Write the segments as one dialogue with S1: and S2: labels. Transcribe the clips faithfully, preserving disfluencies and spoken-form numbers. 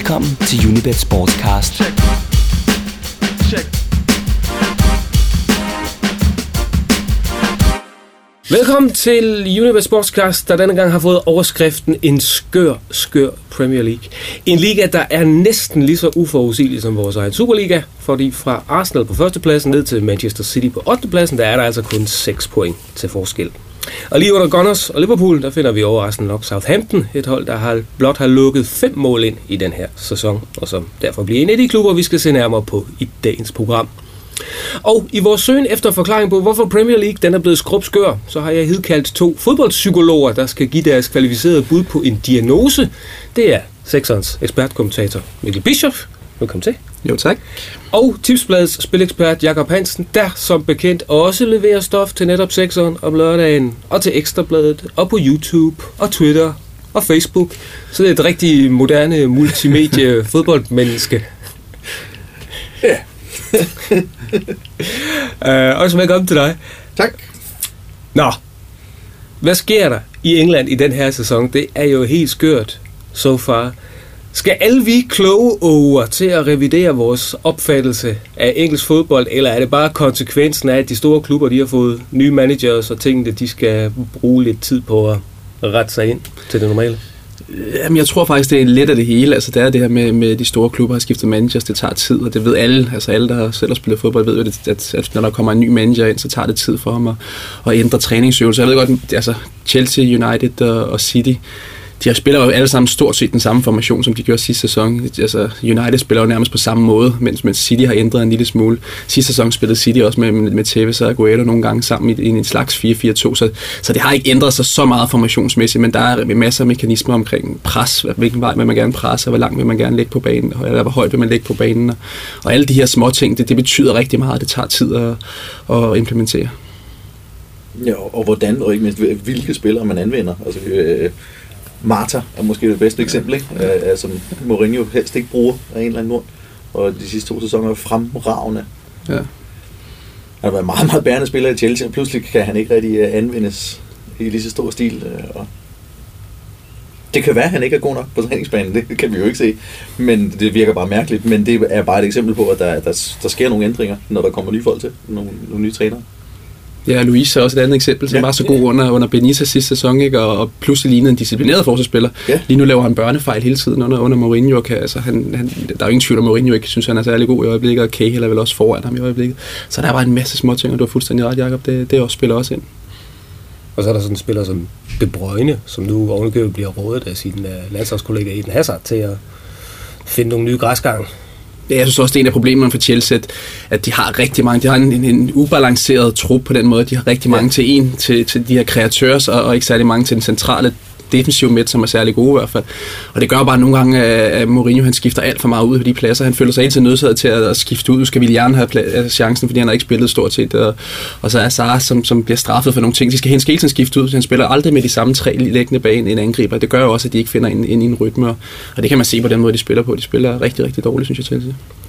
S1: Velkommen til Unibet Sportscast. Check. Check.
S2: Velkommen til Unibet Sportscast, der denne gang har fået overskriften en skør, skør Premier League. En liga, der er næsten lige så uforudsigelig som vores egen Superliga, fordi fra Arsenal på førstepladsen ned til Manchester City på ottendepladsen, der er der altså kun seks point til forskel. Og lige under Gunners og Liverpool, der finder vi overraskende nok Southampton, et hold, der har blot har lukket fem mål ind i den her sæson, og som derfor bliver en af de klubber, vi skal se nærmere på i dagens program. Og i vores søgen efter forklaring på, hvorfor Premier League den er blevet skrubskør, så har jeg hidkaldt to fodboldpsykologer, der skal give deres kvalificerede bud på en diagnose. Det er sekserens ekspertkommentator Mikkel Bischoff. Velkommen til.
S3: Jo, tak.
S2: Og Tipsbladets spilekspert Jakob Hansen, der som bekendt også leverer stof til netop sekseren om lørdagen, og til Ekstrabladet, og på YouTube, og Twitter, og Facebook. Så det er et rigtig moderne multimedie fodboldmenneske.
S3: Ja.
S2: uh, også velkommen til dig.
S3: Tak.
S2: Nå, hvad sker der i England i den her sæson? Det er jo helt skørt so far. Skal alle vi kloge over til at revidere vores opfattelse af engelsk fodbold, eller er det bare konsekvensen af, at de store klubber de har fået nye managers og tingene, de skal bruge lidt tid på at rette sig ind til det normale?
S3: Jamen, jeg tror faktisk, det er lidt af det hele. Altså, det er det her med, med de store klubber har skiftet managers, det tager tid, og det ved alle. Altså, alle, der selv har spillet fodbold, ved, at, at, at når der kommer en ny manager ind, så tager det tid for ham at, at ændre træningsøvelser. Jeg ved godt, altså, Chelsea, United og, og City, de spiller jo alle sammen stort set den samme formation, som de gjorde sidste sæson. Altså, United spiller jo nærmest på samme måde, mens, mens City har ændret en lille smule. Sidste sæson spillede City også med, med, med Tevez og Aguero nogle gange sammen i, i en slags fire fire to, så, så det har ikke ændret sig så meget formationsmæssigt, men der er masser af mekanismer omkring pres, hvilken vej vil man gerne presse, og hvor langt vil man gerne ligge på banen, eller hvor højt vil man ligge på banen, og, og alle de her små ting, det, det betyder rigtig meget, det tager tid at, at implementere.
S4: Ja, og hvordan, og ikke mindst, hvilke spillere man anvender. Altså, øh, Marta er måske det bedste eksempel, ikke? Øh, som Mourinho helst ikke bruger af en eller anden grund. Og de sidste to sæsoner er fremragende.
S3: Ja.
S4: Han har været meget, meget bærende spiller i Chelsea, og pludselig kan han ikke rigtig anvendes i lige så stor stil. Og det kan være, at han ikke er god nok på træningsbanen, det kan vi jo ikke se. Men det virker bare mærkeligt. Men det er bare et eksempel på, at der, der, der sker nogle ændringer, når der kommer nye folk til, nogle, nogle nye trænere.
S3: Ja, Luis er også et andet eksempel, som ja, var så god ja. under, under Benitez sidste sæson, ikke? Og, og pludselig lignede en disciplineret forsvarsspiller. Ja. Lige nu laver han børnefejl hele tiden under, under Mourinho. Kan, altså, han, han, der er jo ingen tvivl om, Mourinho ikke synes, han er særlig god i øjeblikket, og Cahill er vel også foran ham i øjeblikket. Så der er bare en masse små ting, og du har fuldstændig ret, Jacob. Det, det også spiller også ind. Og
S2: så er der sådan en spiller som De Bruyne, som nu ovenikøbet bliver rådet af sin uh, landsholdskollega Eden Hazard til at finde nogle nye græsgange.
S3: Ja, jeg synes også, det er en af problemerne for Chelsea, at de har rigtig mange, de har en, en, en ubalanceret trup på den måde. De har rigtig mange ja. til en, til, til de her kreatørs, og, og ikke særlig mange til den centrale defensive midt, som er særlig gode i hvert fald. Og det gør bare nogle gange, at Mourinho han skifter alt for meget ud på de pladser. Han føler sig hele tiden nødsaget til at skifte ud. Nu skal Willian have pla- chancen, fordi han har ikke spillet stort set. Og, og så er Sarr, som, som bliver straffet for nogle ting. De skal hele tiden skifte ud. Han spiller aldrig med de samme tre liggende bag en angriber. Det gør jo også, at de ikke finder ind i en rytme. Og det kan man se på den måde, de spiller på. De spiller rigtig, rigtig dårligt, synes jeg, Chelsea.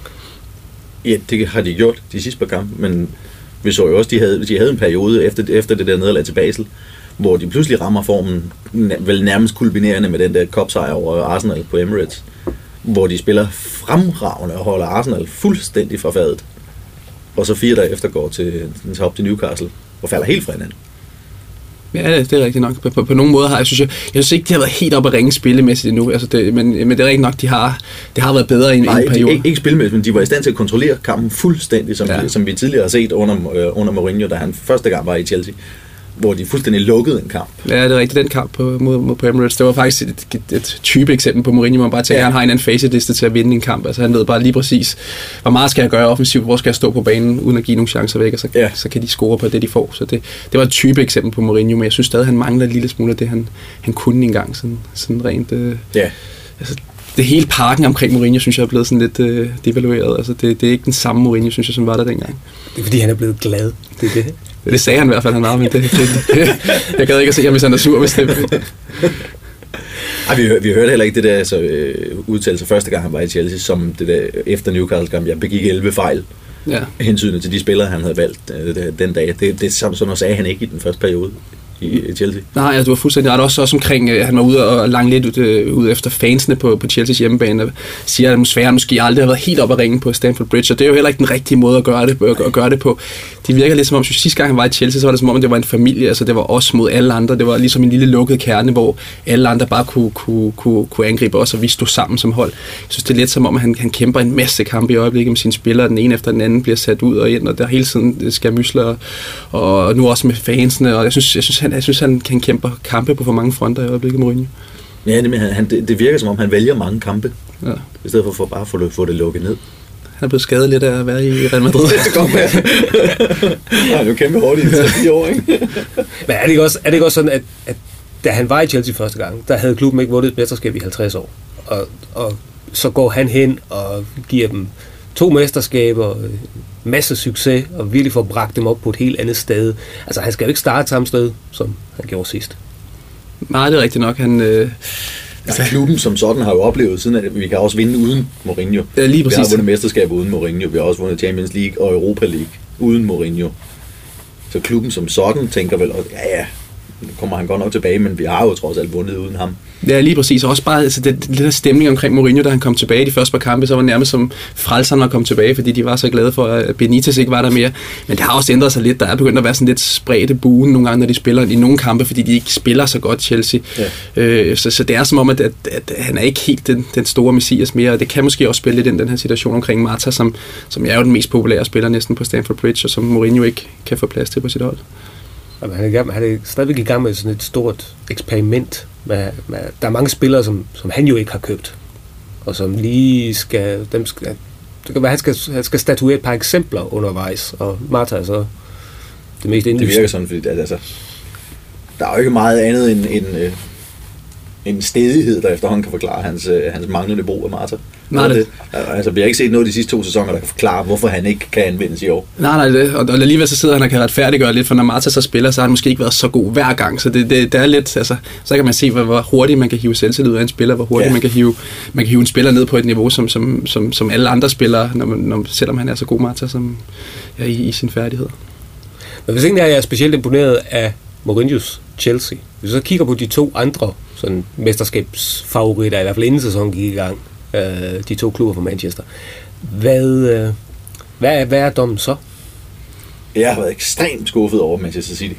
S4: Ja, det har de gjort de sidste par kampe, men vi så jo også, de havde, de havde en periode efter, efter det der nederlag til Basel, hvor de pludselig rammer formen, vel nærmest kulminerende med den der cupsejr over Arsenal på Emirates, hvor de spiller fremragende og holder Arsenal fuldstændig fra fadet, og så fire dage efter går til, til op til Newcastle og falder helt fra hinanden.
S3: Ja, det er rigtigt nok. På, på, på nogle måder har jeg synes jeg, jeg synes ikke, de har været helt op at ringe spillemæssigt endnu. Altså det, men, men det er rigtigt nok, de har, det har været bedre i en,
S4: Nej,
S3: en periode.
S4: Nej, ikke, ikke spillemæssigt, men de var i stand til at kontrollere kampen fuldstændig, som, ja. vi, som vi tidligere har set under, øh, under Mourinho, da han første gang var i Chelsea, hvor de fuldstændig lukkede en kamp.
S3: Ja, det er rigtigt. Den kamp på, mod, mod på Emirates, det var faktisk et, et, et type eksempel på Mourinho, hvor man bare tænker, ja. han har en anden faceliste til at vinde en kamp. Altså han ved bare lige præcis, hvor meget skal jeg gøre offensivt, hvor skal jeg stå på banen, uden at give nogle chancer væk, og så, ja. så kan de score på det, de får. Så det, det var et type eksempel på Mourinho, men jeg synes stadig, han mangler en lille smule af det, han, han kunne engang, sådan, sådan rent... Øh,
S4: ja.
S3: Altså, det hele parken omkring Mourinho, synes jeg, er blevet sådan lidt øh, devalueret. Altså, det, det er ikke den samme Mourinho, synes jeg, som var der dengang.
S2: Det er fordi, han er blevet glad. Det er det.
S3: Det sagde han i hvert fald, han var, men det, det, det, jeg gad ikke at se ham, hvis han er sur, hvis det...
S4: Ej, vi, vi hørte heller ikke det der så, øh, udtalelse første gang, han var i Chelsea, som det der efter Newcastle-kamp, jeg begik elleve fejl. Ja. Hensynende til de spillere, han havde valgt øh, den dag. Det, det, som sådan noget sagde han ikke i den første periode i Chelsea.
S3: Nej, altså, du var fuldstændig ret. Også, også omkring, at han var ude og lange lidt ud, ud efter fansene på, på Chelseas hjemmebane, og siger, at atmosfæren måske aldrig har været helt op at ringe på Stamford Bridge, og det er jo heller ikke den rigtige måde at gøre det, at gøre det på. Det virker lidt som om, at sidste gang han var i Chelsea, så var det som om, at det var en familie, altså det var os mod alle andre, det var ligesom en lille lukket kerne, hvor alle andre bare kunne, kunne, kunne, kunne angribe os, og vi stod sammen som hold. Jeg synes, det er lidt som om, at han, han kæmper en masse kampe i øjeblikket med sine spillere, den ene efter den anden bliver sat ud og ind, og der hele tiden skal mysler, og nu også med fansene, og jeg synes, jeg synes, han, jeg synes, han kan kæmpe kampe på for mange fronter i øjeblikket, Mourinho.
S4: Ja, det, han, det, det virker som om, han vælger mange kampe,
S3: ja.
S4: I stedet for, for bare at få det, få det lukket ned.
S3: Han er blevet skadet lidt af at være i Real Madrid.
S4: Det går med. Han er jo kæmpe hurtigt i fire år, ikke?
S2: Men er det ikke også, er det ikke også sådan, at, at da han var i Chelsea første gang, der havde klubben ikke vundet et mesterskab i halvtreds år. Og, og så går han hen og giver dem to mesterskaber, masse succes, og virkelig får bragt dem op på et helt andet sted. Altså, han skal jo ikke starte samme sted, som han gjorde sidst.
S3: Nej, det er rigtigt nok. Han... Øh
S4: Altså, klubben som sådan har jo oplevet, siden at vi kan også vinde uden Mourinho.
S3: Ja, lige præcis.
S4: Vi har vundet mesterskab uden Mourinho, vi har også vundet Champions League og Europa League uden Mourinho. Så klubben som sådan tænker vel, ja ja, nu kommer han godt nok tilbage, men vi har jo trods alt vundet uden ham.
S3: Ja, lige præcis. Og også bare altså, det, det der stemning omkring Mourinho, da han kom tilbage i de første par kampe, så var det nærmest som frelseren var kommet tilbage, fordi de var så glade for, at Benitez ikke var der mere. Men det har også ændret sig lidt. Der er begyndt at være sådan lidt spredte buen nogle gange, når de spiller i nogle kampe, fordi de ikke spiller så godt Chelsea. Ja. Øh, så, så det er som om, at, at, at han er ikke helt den, den store messias mere, og det kan måske også spille lidt ind den her situation omkring Mata, som, som er jo den mest populære spiller næsten på Stamford Bridge, og som Mourinho ikke kan få plads til på sit hold.
S2: Jamen, han, er gang, han er stadigvæk i gang med sådan et stort eksperiment. Med, med, der er mange spillere, som, som han jo ikke har købt, og som lige skal... Dem skal det kan være, han skal, han skal statuere et par eksempler undervejs, og Marta er så det mest indlysende.
S4: Det virker sådan, fordi at, altså, der er jo ikke meget andet end, end, øh, en stedighed, der efterhånden kan forklare hans, øh, hans manglende brug af Marta.
S3: Nej, det.
S4: Altså, vi har ikke set noget de sidste to sæsoner, der kan forklare, hvorfor han ikke kan anvendes i år.
S3: Nej, nej, det. Og alligevel så sidder han og kan retfærdiggøre lidt, for når Marta så spiller, så har han måske ikke været så god hver gang. Så det, det, det er lidt, altså, så kan man se, hvor, hvor hurtigt man kan hive selvtillid ud af en spiller, hvor hurtigt ja. man, kan hive, man kan hive en spiller ned på et niveau, som, som, som, som alle andre spillere, når man, når, selvom han er så god Marta, som ja, i, i sin færdighed.
S2: Men hvis ikke jeg er specielt imponeret af Mourinhos Chelsea, hvis vi så kigger på de to andre sådan, mesterskabsfavoritter, i hvert fald inden sæsonen gik i gang, de to klubber fra Manchester. Hvad, hvad, er, hvad er dommen så?
S4: Jeg har været ekstremt skuffet over Manchester City.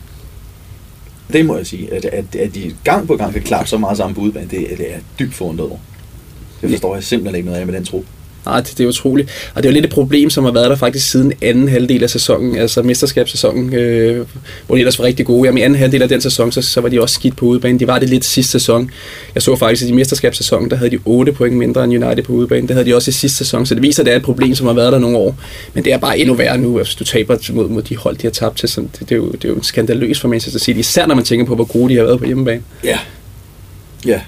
S4: Det må jeg sige. At, at, at de gang på gang kan klappe så meget sammen på udbanen, det, det er dybt forundret over. Det forstår jeg simpelthen ikke noget af med den tro.
S3: Nej, det, det er utroligt. Og det er jo lidt et problem, som har været der faktisk siden anden halvdel af sæsonen, altså mesterskabssæsonen, øh, hvor de ellers var rigtig gode. Jamen i anden halvdel af den sæson, så, så var de også skidt på udebane. De var det lidt sidste sæson. Jeg så faktisk, at i mesterskabssæsonen, der havde de otte point mindre end United på udebane. Det havde de også i sidste sæson, så det viser, at det er et problem, som har været der nogle år. Men det er bare endnu værre nu, hvis du taber mod, mod de hold, de har tabt til. Så det, det, er jo, det er jo skandaløst for Manchester City, især når man tænker på, hvor gode de har været på hjemmebane.
S4: Ja, ja.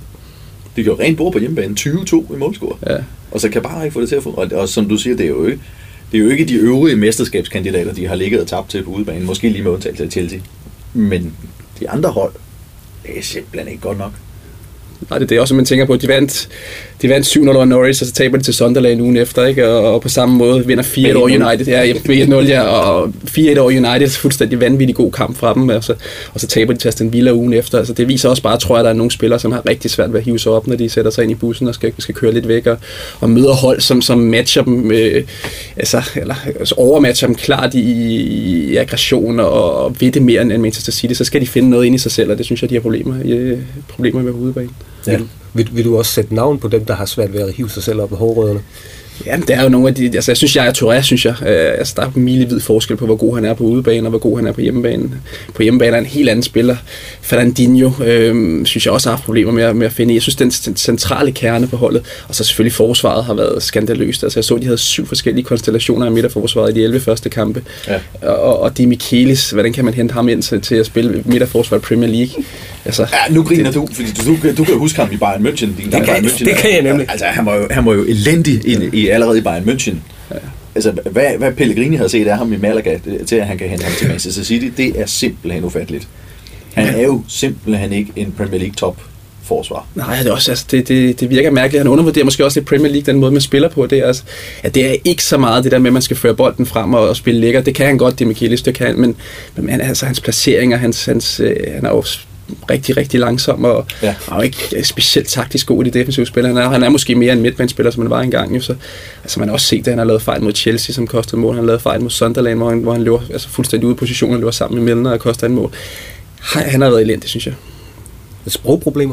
S4: De gjorde rent bord på hjemmebane, tyve to i målscore. Ja. Og så kan bare ikke få det til at få. Og, og som du siger, det er jo ikke, det er jo ikke de øvrige mesterskabskandidater, de har ligget og tabt til på udebane. Måske lige med undtagelse af Chelsea. Men de andre hold, det er simpelthen ikke godt nok.
S3: Nej, det er også, man tænker på, at de vandt, de vandt syv nul over Norwich, og så taber de til Sunderland ugen efter, ikke? Og, og på samme måde vinder fire et over United. Ja, et nul, ja, og fire et over United, fuldstændig vanvittig god kamp fra dem, altså, og så taber de til Aston Villa ugen efter. Altså, det viser også bare, tror jeg, at der er nogle spillere, som har rigtig svært ved at hive sig op, når de sætter sig ind i bussen og skal, skal køre lidt væk, og, og møder hold, som, som matcher dem, øh, altså, eller altså, overmatcher dem klart i, i aggression og, og ved det mere end Manchester City, så skal de finde noget ind i sig selv, og det synes jeg, de har problemer, øh, problemer med hovedbanen.
S2: Ja. Vil, vil, vil du også sætte navn på dem, der har svært ved at hive sig selv op af hårrødderne?
S3: Ja, det er jo nogle af de... Altså, jeg synes, jeg er Touré, synes jeg. Øh, altså, der er milevid forskel på, hvor god han er på udebane, og hvor god han er på hjemmebane. På hjemmebane er en helt anden spiller. Fernandinho, øh, synes jeg også har haft problemer med, med at finde. Jeg synes, den, den centrale kerne på holdet, og så selvfølgelig forsvaret har været skandaløst. Altså, jeg så, de havde syv forskellige konstellationer af midterforsvaret i de elleve første kampe. Ja. Og, og Di Michelis, hvordan kan man hente ham ind til, til at spille midterforsvar i Premier League? Altså,
S4: ja, nu griner det, du, fordi du, du kan huske ham i Bayern München. Din
S2: det, kan,
S4: Bayern München,
S2: det kan jeg nemlig.
S4: Altså, han var jo, han var jo elendig i, i allerede i Bayern München. Ja. Altså, hvad, hvad Pellegrini havde set af ham i Malaga, til at han kan hente ham til Manchester City, det er simpelthen ufatteligt. Han er jo simpelthen ikke en Premier League top forsvar.
S3: Nej, det, er også, altså, det, det, det virker mærkeligt. Han undervurderer måske også lidt Premier League, den måde, man spiller på. Det er, altså, at det er ikke så meget det der med, at man skal føre bolden frem og, og spille lækker. Det kan han godt, det Michaelis, det kan han, men, men altså, hans placeringer, hans, hans, øh, han er også rigtig, rigtig langsom og, ja. og ikke specielt taktisk god i de defensive spil. Han er, han er måske mere en midtbanespiller, som han var engang. Jo, så, altså, man har også set, at han har lavet fejl mod Chelsea, som kostede mål. Han har lavet fejl mod Sunderland, hvor han, hvor han løber altså, fuldstændig ude i positionen og løber sammen med Milner og koster en mål. Han har været elendig, synes jeg.
S2: Sprogproblemer?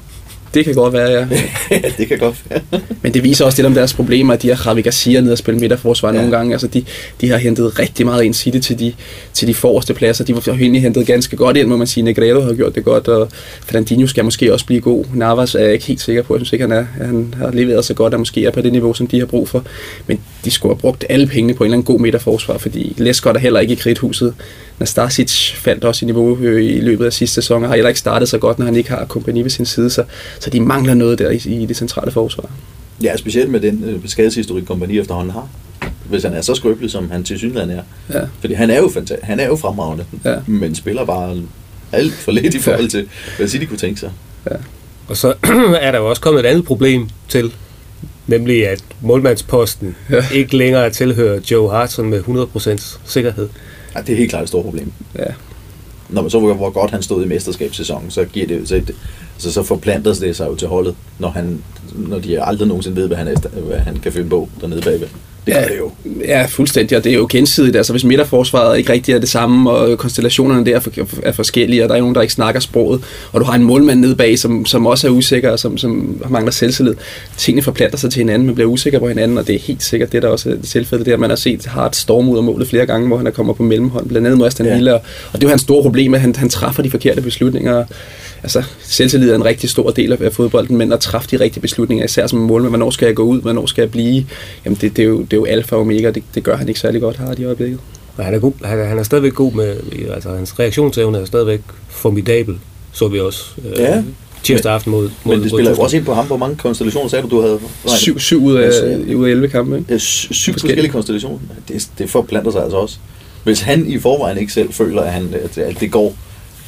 S3: Det kan godt være, ja.
S4: Det kan godt være.
S3: Men det viser også lidt om deres problemer, at de har Javi Garcia ned og spille midterforsvar ja. nogle gange. Altså, de, de har hentet rigtig meget ind City til de, til de forreste pladser. De har egentlig hentet ganske godt ind, må man sige. Negredo har gjort det godt, og Fernandinho skal måske også blive god. Navas er jeg ikke helt sikker på. Jeg synes ikke, han, er, han har leveret så godt, og måske er på det niveau, som de har brug for. Men de skulle have brugt alle pengene på en eller anden god midterforsvar, fordi Lescott er heller ikke i kridthuset. Nastasic faldt også i niveau i løbet af sidste sæson, og har heller ikke startet så godt, når han ikke har kompagni ved sin side, så, så de mangler noget der i, i det centrale forsvar.
S4: Ja, specielt med den øh, skadeshistorik, kompagni efterhånden har. Hvis han er så skrøbelig, som han til synligheden er. Ja. Fordi han er jo fantastisk, han er jo fremragende, ja. men spiller bare alt for lidt i forhold til, hvad City kunne tænke sig.
S2: Ja. Og så er der jo også kommet et andet problem til, nemlig at målmandsposten ja. ikke længere tilhører Joe Hart med hundrede procent sikkerhed.
S4: Ja, det er helt klart et stort problem.
S3: Ja.
S4: Når man så hvor godt han stod i mesterskabssæsonen, så giver det så, altså, så forplanter det sig jo til holdet, når han når de aldrig nogensinde ved, hvad han, er, hvad han kan finde på dernede bagved. Det
S3: ja,
S4: gør det jo.
S3: Ja, fuldstændig, og det er jo gensidigt. Altså, hvis midterforsvaret ikke rigtig er det samme, og konstellationerne der er, for, er forskellige, og der er nogen, der ikke snakker sproget, og du har en målmand nede bag, som, som også er usikker, og som, som mangler selvtillid. Tingene forplanter sig til hinanden, man bliver usikker på hinanden, og det er helt sikkert det, der også er tilfældet der. Man har set Hart storme ud af målet flere gange, hvor han er kommet på mellemhånd, blandt andet mod Aston Villa, ja. og, og det er jo hans store problem, at han, han træffer de forkerte beslutninger. Altså, selvtillid er en rigtig stor del af fodbolden, men at træffe de rigtige beslutninger, især som mål, men hvornår skal jeg gå ud, hvornår skal jeg blive, jamen det, det, er, jo, det er jo alfa og omega, det, det gør han ikke særlig godt, har i øjeblikket.
S2: Og han er, god, han, er, han er stadigvæk god med, altså hans reaktionsevne er stadigvæk formidabel, så vi også øh, ja. tirsdag aften mod, mod
S4: men det spiller jo også ind på ham, hvor mange konstellationer sagde du, du havde?
S3: Syv, syv ud af, ud af elleve kampe, ikke?
S4: Ja, syv forskellige, forskellige konstellationer, det, det forplanter sig altså også. Hvis han i forvejen ikke selv føler, at, han, at det går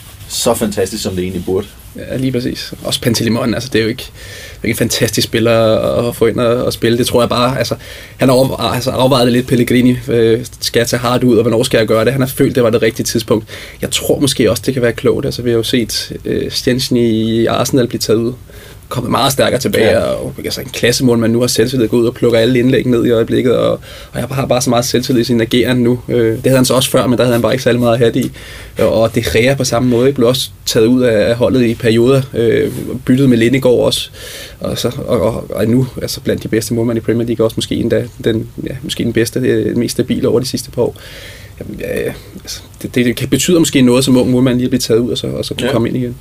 S4: så fantastisk, som det egentlig burde.
S3: Ja, lige præcis. Også Pantilimon, altså det er jo ikke, ikke en fantastisk spiller at få ind og, og spille. Det tror jeg bare, altså han har over, altså, afvejet det lidt, Pellegrini. Øh, skal jeg tage Hart ud, og hvornår skal jeg gøre det? Han har følt, det var det rigtige tidspunkt. Jeg tror måske også, det kan være klogt. Altså vi har jo set øh, Stjensen i Arsenal blive taget ud, kommet meget stærkere tilbage, ja. og altså en klassemål, man nu har selvtillid gå ud og plukker alle indlæg ned i øjeblikket, og, og jeg har bare så meget selvtillid i sin ageren nu. Øh, det havde han så også før, men der havde han bare ikke særlig meget at have i. Og det Gea på samme måde, blev også taget ud af holdet i perioder, øh, byttet med Lindegaard også, og, så, og, og, og nu altså blandt de bedste målmænd i Premier League, også måske endda den, ja, måske den bedste, den mest stabile over de sidste par år. Jamen, ja, altså, det, det, det betyder måske noget, som ung målmand lige at blive taget ud, og så, og så kunne ja. komme ind igen.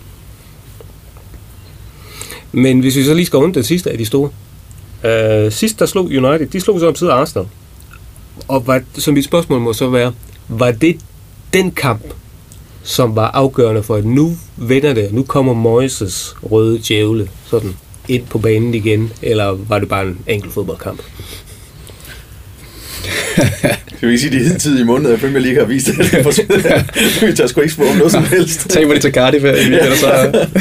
S2: Men hvis vi så lige skal runde den sidste af de store. Uh, sidst der slog United, de slog så om side af Arsenal. Og var, så mit spørgsmål må så være, var det den kamp, som var afgørende for, at nu vender det, nu kommer Moyes' røde djævle sådan ind på banen igen, eller var det bare en enkelt fodboldkamp?
S4: Skal vi ikke sige, de hidtidige måneder af Premier League har vist, at det forsøger. Vi tager sgu ikke spå om noget som helst.
S3: Tænk på det til Cardiff, eller så...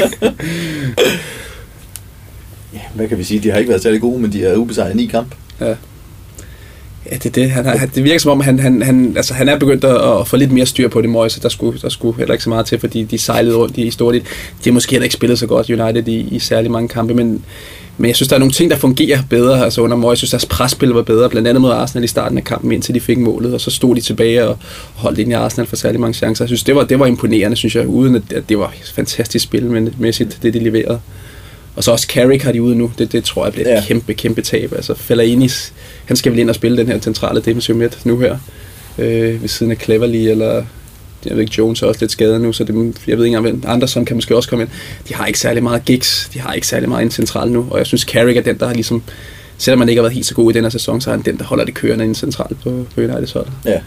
S4: Ja, hvad kan vi sige? De har ikke været særlig gode, men de er ubesejret i ni kamp.
S3: Ja. Ja, det er det. Han har, det virker som om, han, han, han, altså, han er begyndt at, at få lidt mere styr på det, Moyes. Der skulle, der skulle heller ikke så meget til, fordi de sejlede rundt i stort. De har måske heller ikke spillet så godt United i, i særlig mange kampe, men, men jeg synes, der er nogle ting, der fungerer bedre altså under Moyes. Jeg synes, deres presspil var bedre, blandt andet mod Arsenal i starten af kampen, indtil de fik målet, og så stod de tilbage og holdt ind i Arsenal for særlig mange chancer. Jeg synes, det var, det var imponerende, synes jeg, uden at, at det var fantastisk spilmæssigt, det de leverede. Og så også Carrick har de ude nu. Det, det tror jeg bliver et ja. kæmpe, kæmpe tab. Altså Fellaini, han skal vel ind og spille den her centrale defensive midt nu her. Øh, ved siden af Cleverley, eller jeg ved ikke, Jones er også lidt skadet nu, så det, jeg ved ikke engang, Anderson kan måske også komme ind. De har ikke særlig meget gigs, de har ikke særlig meget ind central nu, og jeg synes Carrick er den, der har ligesom, selvom man ikke har været helt så god i den her sæson, så er han den, der holder det kørende ind centralt på, på Uniteds hold.
S4: Ja.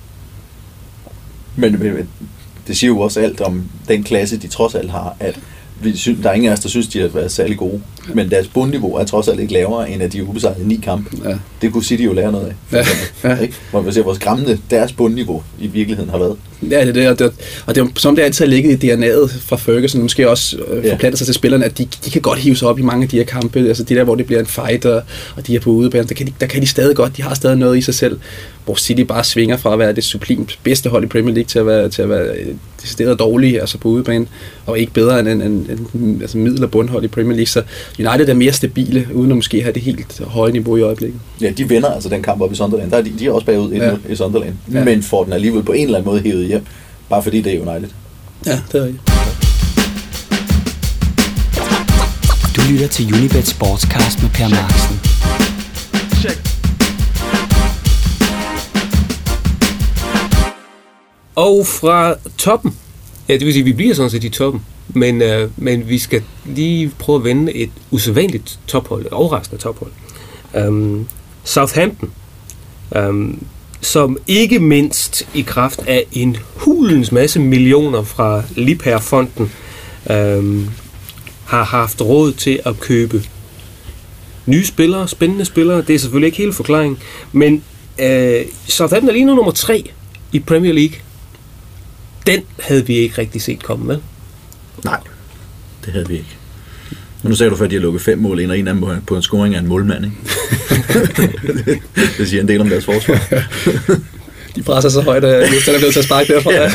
S4: Men, men det siger jo også alt om den klasse, de trods alt har, at vi synes, der er ingen af os, der synes, de har været særlig gode. men deres bundniveau er trods alt ikke lavere end af de ubesejrede ni kampe. Ja. Det kunne City jo lære noget af. Ja. Ja. Ikke? Hvor vi ser, hvor skræmmende deres bundniveau i virkeligheden har været.
S3: Ja, det er det, og det, og det er som det altid har ligget i D N A'et fra Ferguson, måske også øh, ja. forplanter sig til spillerne, at de, de kan godt hive sig op i mange af de her kampe, altså de der, hvor det bliver en fight, og, og de er på udebane, der kan, de, der kan de stadig godt, de har stadig noget i sig selv, hvor City bare svinger fra at være det sublimt bedste hold i Premier League til at være, til at være decideret dårlige, altså på udebane, og ikke bedre end en, en, en altså middel- og bundhold i Premier League, så United er mere stabile, uden at måske have det helt høje niveau i øjeblikket.
S4: Ja, de vinder altså den kamp op i Sunderland, der er de, de er også bagud ja. i Sunderland, ja. men får den alligevel på en eller anden måde hævet hjem, bare fordi det er United.
S3: Ja, det er rigtigt.
S1: Du lytter til Unibet Sportscast med Per Marksen. Check.
S2: Og fra toppen, ja, det vil sige, at vi bliver sådan set i toppen, men, øh, men vi skal lige prøve at vende et usædvanligt tophold, et overraskende tophold. Um, Southampton, um, som ikke mindst i kraft af en hulens masse millioner fra Liebherr-fonden um, har haft råd til at købe nye spillere, spændende spillere. Det er selvfølgelig ikke hele forklaringen, men øh, Southampton er lige nu nummer tre i Premier League. Den havde vi ikke rigtig set komme med.
S4: Nej, det havde vi ikke. Men nu sagde du før, at de har lukket fem mål ind, og en af dem på en scoring af en målmand, ikke? Det siger en del om deres forsvar.
S3: De presser så højt, at Justin er blevet til at sparke derfra. Ja.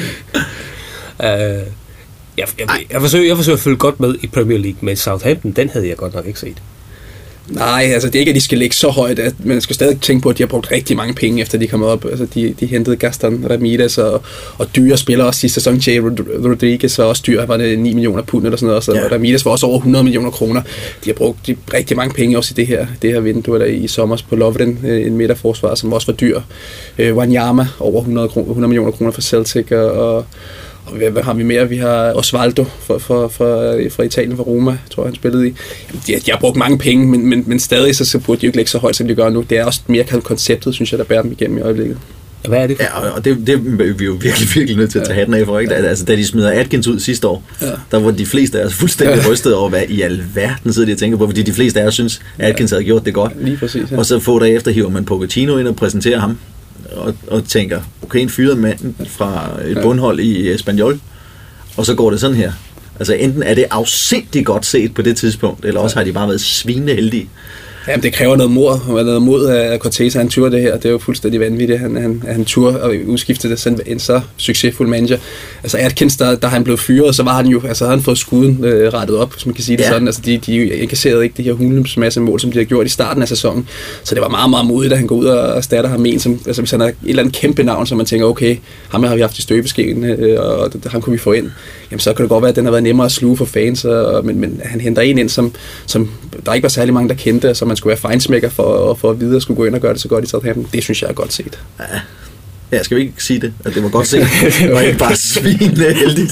S2: uh, jeg, jeg, jeg, forsøger, jeg forsøger at følge godt med i Premier League, men Southampton, den havde jeg godt nok ikke set.
S3: Nej, altså det er ikke, at de skal ligge så højt, at man skal stadig tænke på, at de har brugt rigtig mange penge, efter de kom op. Altså de, de hentede Gaston Ramirez og, og dyre spillere også sidste sæson. Jay Rodriguez var også dyr, var det ni millioner pund eller sådan noget, så ja. Ramirez var også over hundrede millioner kroner. De har brugt de, rigtig mange penge også i det her, det her vindue, der i sommer på Lovren, en midterforsvar, som også var dyr. Øh, Wanyama over hundrede, hundrede millioner kroner for Celtic, og, og Og hvad har vi mere? Vi har Osvaldo fra, fra, fra, fra Italien, fra Roma, tror jeg, han spillede i. Jamen, de, de har brugt mange penge, men, men, men stadig så, så burde de jo ikke lægge så højt, som de gør nu. Det er også mere konceptet, synes jeg, der bærer dem igennem i øjeblikket.
S2: Hvad er det for?
S4: Ja, og det, det er vi jo virkelig, virkelig nødt til at tage hatten af for, ikke? Altså, da de smider Atkins ud sidste år, ja. der var de fleste af os fuldstændig ja. rystet over, hvad i alverden sidder de og tænker på, fordi de fleste af os synes, at Atkins havde gjort det godt.
S3: Lige præcis, ja.
S4: Og så få dage efter hiver man Pochettino ind og præsenterer ham, og, og tænker, okay, en fyret mand fra et bundhold i Espanyol, og så går det sådan her. Altså enten er det afsindigt godt set på det tidspunkt, eller også har de bare været svinende heldige.
S3: Jamen, det kræver noget mod, noget mod af Cortez, han turer det her. Det er jo fuldstændig vanvittigt, han, han, han turer og udskiftede det sådan en så succesfuld manager. Altså Atkins, der, der han blev fyret, så var han jo, altså havde han fået skuden øh, rettet op, hvis man kan sige det ja. sådan. Altså de, de inkasserede ikke det her hulens masse mål, som de har gjort i starten af sæsonen. Så det var meget, meget modigt, at han går ud og erstatter ham med en, som, altså hvis han er et eller andet kæmpe navn, så man tænker, okay, ham har vi haft i støbeskeen, øh, og ham kunne vi få ind. Jamen så kan det godt være, at den har været nemmere at sluge for fans, og, men, men han henter en ind, som, som der ikke var særlig mange, der kendte, så man skulle være fejnsmækker for, for at vide, at skulle gå ind og gøre det så godt i Southampton. Det synes jeg er godt set.
S4: Ja, ja skal vi ikke sige det? At det var godt set. Det var ikke bare svinende heldigt.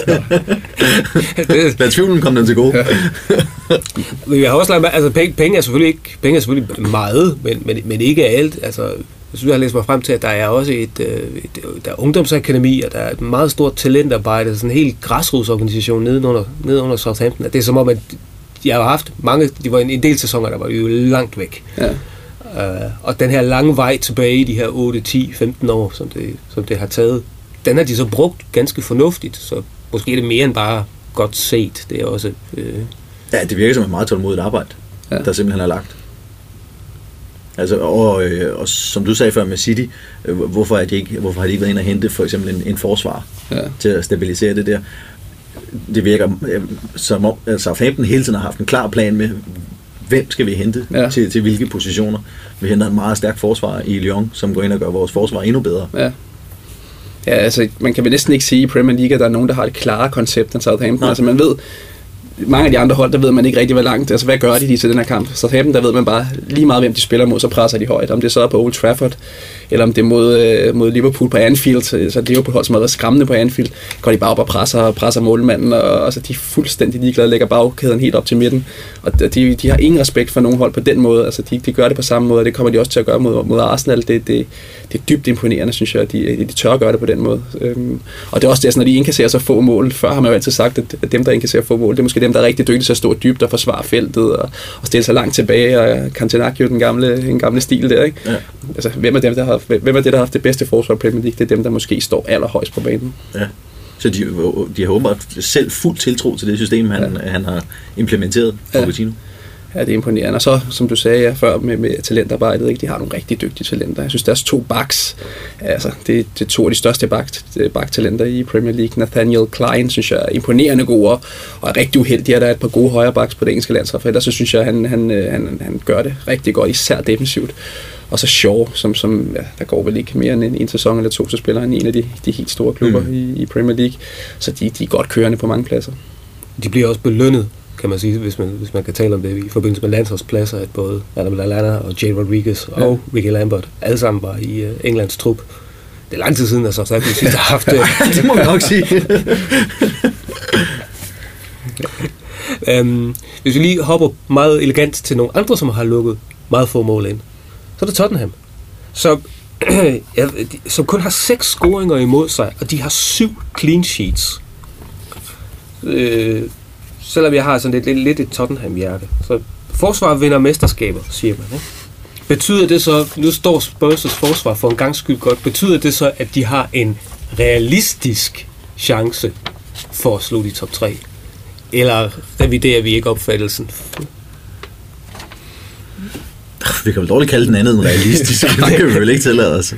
S4: Lad tvivlen komme den til gode.
S2: Men vi har også lagt, altså penge, penge er selvfølgelig ikke, penge er selvfølgelig meget, men, men, men ikke alt. Altså, jeg synes, jeg har læst mig frem til, at der er også et, et der er ungdomsakademi, og der er et meget stort talentarbejde, sådan en helt græsrodsorganisation nede under, nede under Southampton. Det er som om, at de har haft mange, de var en, en del sæsoner, der var jo langt væk. Ja. Uh, og den her lange vej tilbage i de her otte, ti, femten år, som det, som det har taget, den har de så brugt ganske fornuftigt, så måske er det mere end bare godt set. Det er også... Uh...
S4: Ja, det virker som et meget tålmodigt arbejde, ja. der simpelthen er lagt. Altså, og, øh, og som du sagde før med City, øh, hvorfor, er de ikke, hvorfor har de ikke været inde og hente for eksempel en, en forsvar ja. til at stabilisere det der? Det virker øh, som om, at Southampton hele tiden har haft en klar plan med, hvem skal vi hente ja. til, til hvilke positioner. Vi henter en meget stærk forsvar i Lyon, som går ind og gør vores forsvar endnu bedre. Ja.
S3: Ja, altså, man kan vel næsten ikke sige i Premier League, at der er nogen, der har et klarere koncept end Southampton. Nej. Altså, man ved, mange af de andre hold, der ved man ikke rigtig, hvor langt, altså hvad gør de til den her kamp. Southampton, der ved man bare lige meget, hvem de spiller mod, så presser de højt. Om det så er på Old Trafford, eller om det er mod, øh, mod Liverpool på Anfield, så et Liverpool-hold, som har været skræmmende på Anfield, går de bare op og presser, presser målmanden, og altså, de er fuldstændig ligeglade, lægger bagkæden helt op til midten. Og de, de har ingen respekt for nogen hold på den måde. Altså, de, de gør det på samme måde, og det kommer de også til at gøre mod, mod Arsenal. Det, det, det er dybt imponerende, synes jeg, at de, de tør at gøre det på den måde. Øhm, og det er også det, når de indkasserer så få mål. Før har man jo altid sagt, at dem, der indkasserer få mål, det er måske dem, der er rigtig dygtige til at stå dybt og forsvare feltet og, og stille sig langt tilbage, og Cantenaccio, den gamle, den gamle stil der, ikke? Ja. Altså, hvem er dem, der har, hvem er det, der har haft det bedste forsvar i Premier League? Det er dem, der måske står allerhøjst på banen. Ja.
S4: Så de, de har åbenbart selv fuld tiltro til det system, han, ja. han har implementeret på Pochettino.
S3: Ja, det er imponerende. Og så, som du sagde ja, før med, med talentarbejdet, ikke? De har nogle rigtig dygtige talenter. Jeg synes, deres to backs, altså, det, det er to af de største back-talenter i Premier League. Nathaniel Klein, synes jeg, er imponerende god og er rigtig uheldig, at der er et par gode højre backs på det engelske landshold. For ellers så synes jeg, han, han, han, han gør det rigtig godt, især defensivt. Og så Shaw, som, som ja, der går vel ikke mere end en, en sæson eller to, så spiller han i en af de, de helt store klubber mm. i, i Premier League. Så de, de er godt kørende på mange pladser.
S2: De bliver også belønnet, kan man sige, hvis man, hvis man kan tale om det, i forbindelse med landsholdspladser, at både Adam Lallana og Jay Rodriguez ja. og Ricky Lambert alle sammen var i uh, Englands trup. Det er lang tid siden, altså, så vi sidst har haft det.
S4: Det må man nok sige.
S2: um, hvis vi lige hopper meget elegant til nogle andre, som har lukket meget få mål ind, så er det Tottenham, så, ja, som kun har seks scoringer imod sig, og de har syv clean sheets. Øh, selvom jeg har sådan lidt, lidt, lidt et Tottenham-hjerte. Så forsvar vinder mesterskaber, siger man. Ikke? Betyder det så, nu står Spurs' forsvar for en gangs skyld godt, betyder det så, at de har en realistisk chance for at slutte i top tre? Eller reviderer vi ikke opfattelsen?
S4: Vi kan vel dårligt kalde den andet end realistisk. Det kan vi vel ikke tillade os.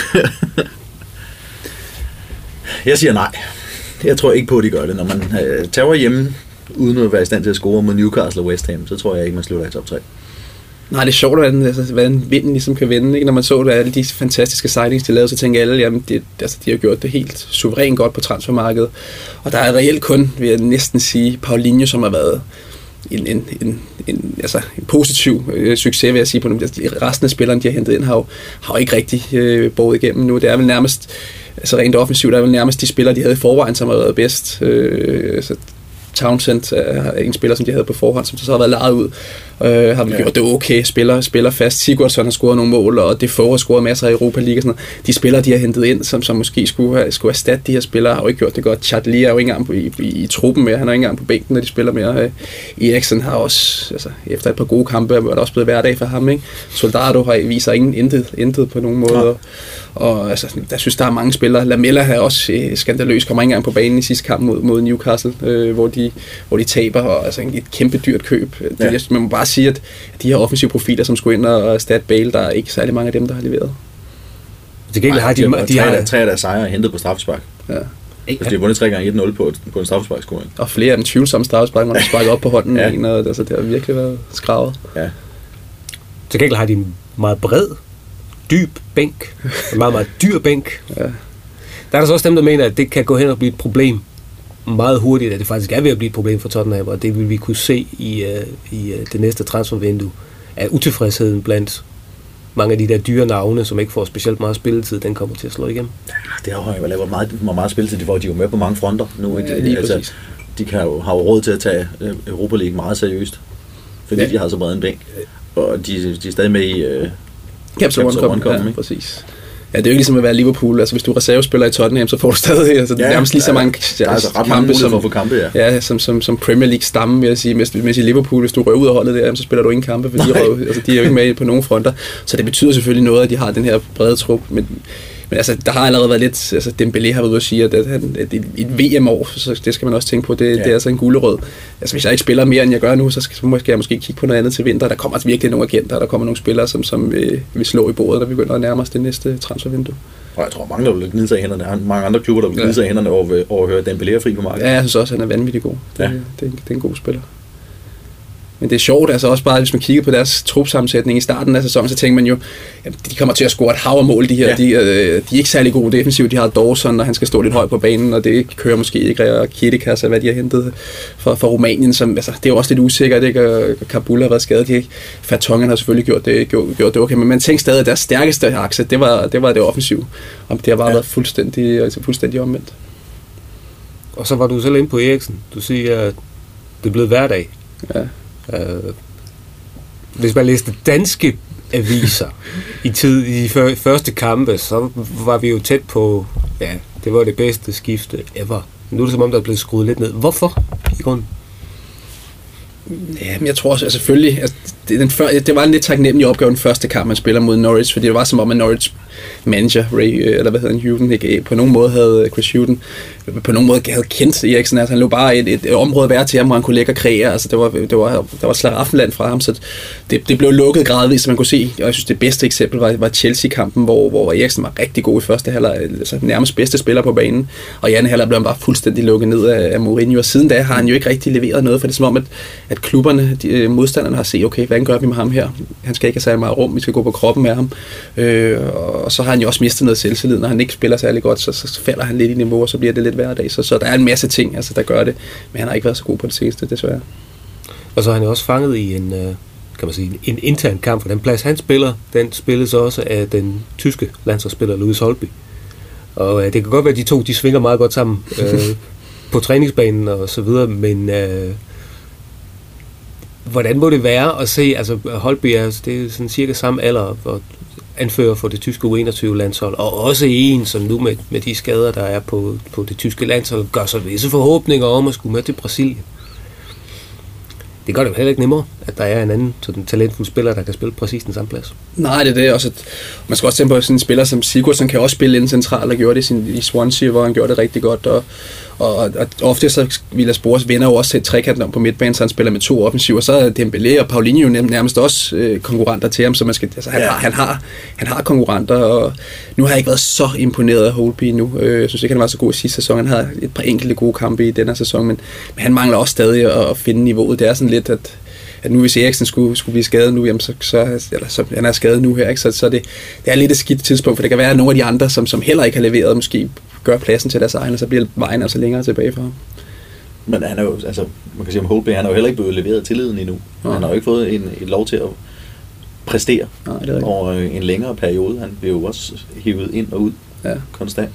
S4: Jeg siger nej. Jeg tror ikke på, at de gør det. Når man øh, tager hjemme, uden at være i stand til at score mod Newcastle og West Ham, så tror jeg ikke, man slutter i top tre.
S3: Nej, det er sjovt, hvordan, altså, hvordan vinden ligesom kan vende. Ikke? Når man så det, alle de fantastiske signings, de lavede, så tænker alle, jamen, det, altså, de har gjort det helt suverænt godt på transfermarkedet. Og der er reelt kun, vil jeg næsten sige, Paulinho, som har været en, en, en, en, altså, en positiv øh, succes, vil jeg sige. På nogle, altså, resten af spillerne, de har hentet ind, har jo, har jo ikke rigtig øh, båret igennem nu. Det er vel nærmest, altså rent offensivt, der er vel nærmest de spillere, de havde i forvejen, som har været bedst. Øh, så Townsend er en spiller, som de havde på forhånd, som så har været lejet ud. Øh, har vi ja. gjort det okay, spiller, spiller fast. Sigurdsson har scoret nogle mål, og Defoe har scoret masser i Europa League. Og sådan noget. De spillere, de har hentet ind, som, som måske skulle, have, skulle erstatte de her spillere, har jo ikke gjort det godt. Chadli er jo ikke engang på, i, i, i truppen mere, han er ikke engang på bænken, når de spiller mere. Eriksen har også, altså, efter et par gode kampe, er det også blevet hverdag for ham. Ikke? Soldado har, viser ingen intet, intet på nogen måde. Ja. Og altså, der synes, der er mange spillere. Lamella har også øh, skandaløst, kommer ikke engang på banen i sidste kamp mod, mod Newcastle, øh, hvor, de, hvor de taber, og altså et kæmpe dyrt køb. Ja. Det, man må bare sige, at de her offensive profiler, som skulle ind og erstatte Bale, der er ikke særlig mange af dem, der har leveret.
S2: Det kan ikke have de, de,
S4: de, de har tre af deres sejre hentet på straffespark. Ja. Altså, de har vundet tre gange et nul på, på en straffesparkscoring.
S3: Og flere af dem tvivlsomme straffespark, man har sparket op på hånden. Ja. En, og, altså, det har virkelig været skravet.
S2: Ja. Til gengæld har de en meget bred, dyb bænk. En meget, meget dyr bænk. Ja. Der er der så også dem, der mener, at det kan gå hen og blive et problem meget hurtigt, at det faktisk er ved at blive et problem for Tottenham, og det vil vi kunne se i, uh, i uh, det næste transfervindue, at utilfredsheden blandt mange af de der dyre navne, som ikke får specielt meget spilletid, den kommer til at slå igennem.
S4: Ja, det har jo lavet meget, meget, meget spilletid, de var jo med på mange fronter nu. Ja, lige altså, de kan jo, har jo råd til at tage Europa League meget seriøst, fordi ja. de har så bred en bænk, og de, de er stadig med i uh,
S3: Capital One Cup, ja, præcis. Ja, det er jo ikke ligesom at være Liverpool. Altså, hvis du er reservespiller i Tottenham, så får du stadig altså, ja, nærmest lige så mange
S4: ja, altså, ret kampe, mange som, for at få kampe, ja.
S3: Ja, som, som, som Premier League stamme, vil jeg sige. Mens, mens i Liverpool, hvis du rører ud af holdet der, så spiller du ingen kampe, for de, røver, altså, de er jo ikke med på nogen fronter. Så det betyder selvfølgelig noget, at de har den her brede trup. Men, men altså, der har allerede været lidt... Altså, Dembélé har været ude at sige, at, at, at et, et V M-år, så det skal man også tænke på, det, ja. det er altså en gulerød. Altså, hvis jeg ikke spiller mere, end jeg gør nu, så skal, så skal jeg måske kigge på noget andet til vinter. Der kommer altså virkelig nogle agenter, der kommer nogle spillere, som, som øh, vil slå i bordet, der begynder at nærme os det næste transfervindue.
S4: Og jeg tror, mange der vil gnide sig i hænderne. Der er mange andre klubber, der vil gnide ja. sig i hænderne over, over at høre Dembélé er fri på markedet.
S3: Ja, jeg synes også, han er vanvittig god. Det, ja. det, det, det er en god spiller. Men det er sjovt, altså også bare, hvis man kigger på deres trupsammensætning i starten af sæsonen, så tænker man jo, at de kommer til at score et hav af mål, de her. Ja. De, øh, de er ikke særlig gode defensivt. De har Dawson, og han skal stå lidt højt på banen, og det kører måske ikke. Og Kirikas, hvad de har hentet fra, fra Rumænien, som, altså, det er jo også lidt usikkert, ikke? Kabul har været skadet. De, Fatongen har selvfølgelig gjort det, gjort, gjort det okay, men man tænker stadig, at deres stærkeste akse, det var det, var det offensiv. Og det har bare ja. været fuldstændig, altså fuldstændig omvendt.
S2: Og så var du selv inde på Eriksen. Du siger, at det er blevet hverdag. Ja. Uh, hvis man læste danske aviser i tid i de før, første kampe, så var vi jo tæt på, ja, det var det bedste skifte ever. Nu er det som om, der er blevet skruet lidt ned. Hvorfor i grunden?
S3: Ja, men jeg tror også, at selvfølgelig, at det, den før, det var en lidt taknemmelig opgave den første kamp, man spiller mod Norwich, fordi det var som om, at Norwich manager, Ray, eller hvad hedder han, Houghton, ikke, på nogen måde havde, Chris Houghton, på nogen måde havde kendt Eriksen, altså han lå bare et, et område værd til ham, hvor han kunne lægge og kreere, altså det var, det var, der var slaraffenland fra ham, så det, det blev lukket gradvist, så man kunne se, og jeg synes det bedste eksempel var, var Chelsea-kampen, hvor, hvor Eriksen var rigtig god i første halvleg, altså nærmest bedste spiller på banen, og i anden halvleg blev han bare fuldstændig lukket ned af, af Mourinho, og siden da har han jo ikke rigtig leveret noget, for det er som om, at, at klubberne, de, modstanderne har set, okay, hvad gør vi med ham her? Han skal ikke have særlig meget rum, vi skal gå på kroppen med ham, øh, og så har han jo også mistet noget selvtillid, når han ikke spiller særlig godt, så, så falder han lidt i niveau, og så bliver det lidt hverdag, så, så der er en masse ting, altså, der gør det, men han har ikke været så god på det seneste, desværre.
S2: Og så er han jo også fanget i en, kan man sige, en intern kamp, for den plads, han spiller, den spilles også af den tyske landsholdsspiller Louis Holtby. Og øh, det kan godt være, at de to, de svinger meget godt sammen øh, på træningsbanen og så videre, men øh, hvordan må det være at se, altså Holtby er, det er sådan cirka samme alder, og anfører for det tyske U enogtyve-landshold, og også en, som nu med, med de skader, der er på, på det tyske landshold, gør sig visse forhåbninger om at skulle med til Brasilien. Det gør det jo heller ikke nemmere, at der er en anden sådan talentfuld spiller, der kan spille præcis den samme plads.
S3: Nej, det er det også. At man skal også tænke på, at sådan en spiller som Sigurdsson kan også spille inden centralt, og gjorde det i, sin, i Swansea, hvor han gjorde det rigtig godt. Og, og, og ofte så Villas Boas vinder jo også til trekanten om på midtbanen, så han spiller med to offensiver. Så er Dembélé og Paulinho nærmest også øh, konkurrenter til ham, så man skal, altså, han, ja. har, han, har, han har konkurrenter, og nu har jeg ikke været så imponeret af Holtby nu. Jeg synes ikke, han var så god i sidste sæson. Han havde et par enkelte gode kampe i denne sæson, men, men han mangler også stadig at finde niveauet. Det er sådan lidt, at at nu hvis Eriksen skulle, skulle blive skadet nu, jamen så, så, eller så han er skadet nu her, ikke? Så, så det, det er lidt et skidt tidspunkt, for det kan være, at nogle af de andre, som, som heller ikke har leveret, måske gør pladsen til deres egen, og så bliver vejen altså længere tilbage for ham.
S4: Men han er jo, altså, man kan sige om Holtby, han har jo heller ikke blevet leveret tilliden endnu. Ja. Han har jo ikke fået en, en lov til at præstere. Nej, over en længere periode. Han bliver jo også hivet ind og ud ja. konstant.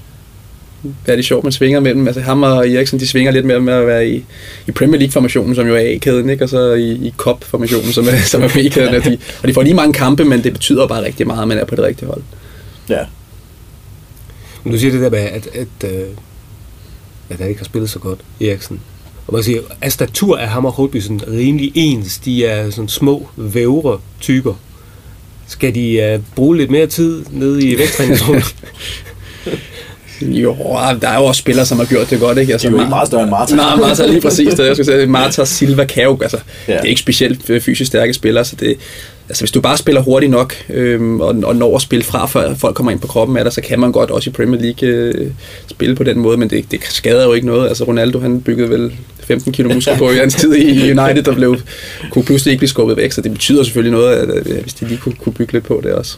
S3: Ja, det er sjovt, man svinger mellem. Altså ham og Eriksen, de svinger lidt mere med at være i, i Premier League-formationen, som jo er A-kæden, ikke? Og så i, i Cup-formationen, som er, som er B-kæden. Og de, og de får lige mange kampe, men det betyder bare rigtig meget, at man er på det rigtige hold.
S4: Ja.
S2: Men du siger det der med, at, at, at, at han ikke har spillet så godt, Eriksen. Og man siger, at statur er ham og Holtby sådan rimelig ens. De er sådan små, vævre typer. Skal de uh, bruge lidt mere tid nede i vægttræningsrummet?
S3: Jo, der er jo også spillere, som har gjort det godt, ikke? Altså,
S4: det er jo ikke meget større end Marta.
S3: Nej, Marta lige præcis det. Jeg skulle sige, Marta Silva kan jo, altså, ja. Det er ikke specielt fysisk stærke spillere, så det, altså hvis du bare spiller hurtigt nok, øhm, og, og når at spille fra, før folk kommer ind på kroppen af dig, så kan man godt også i Premier League øh, spille på den måde, men det, det skader jo ikke noget. Altså Ronaldo, han byggede vel femten kilo muskler på i hans tid i United, der blev, kunne pludselig ikke blive skubbet væk, så det betyder selvfølgelig noget, at, at, hvis de lige kunne, kunne bygge lidt på det også.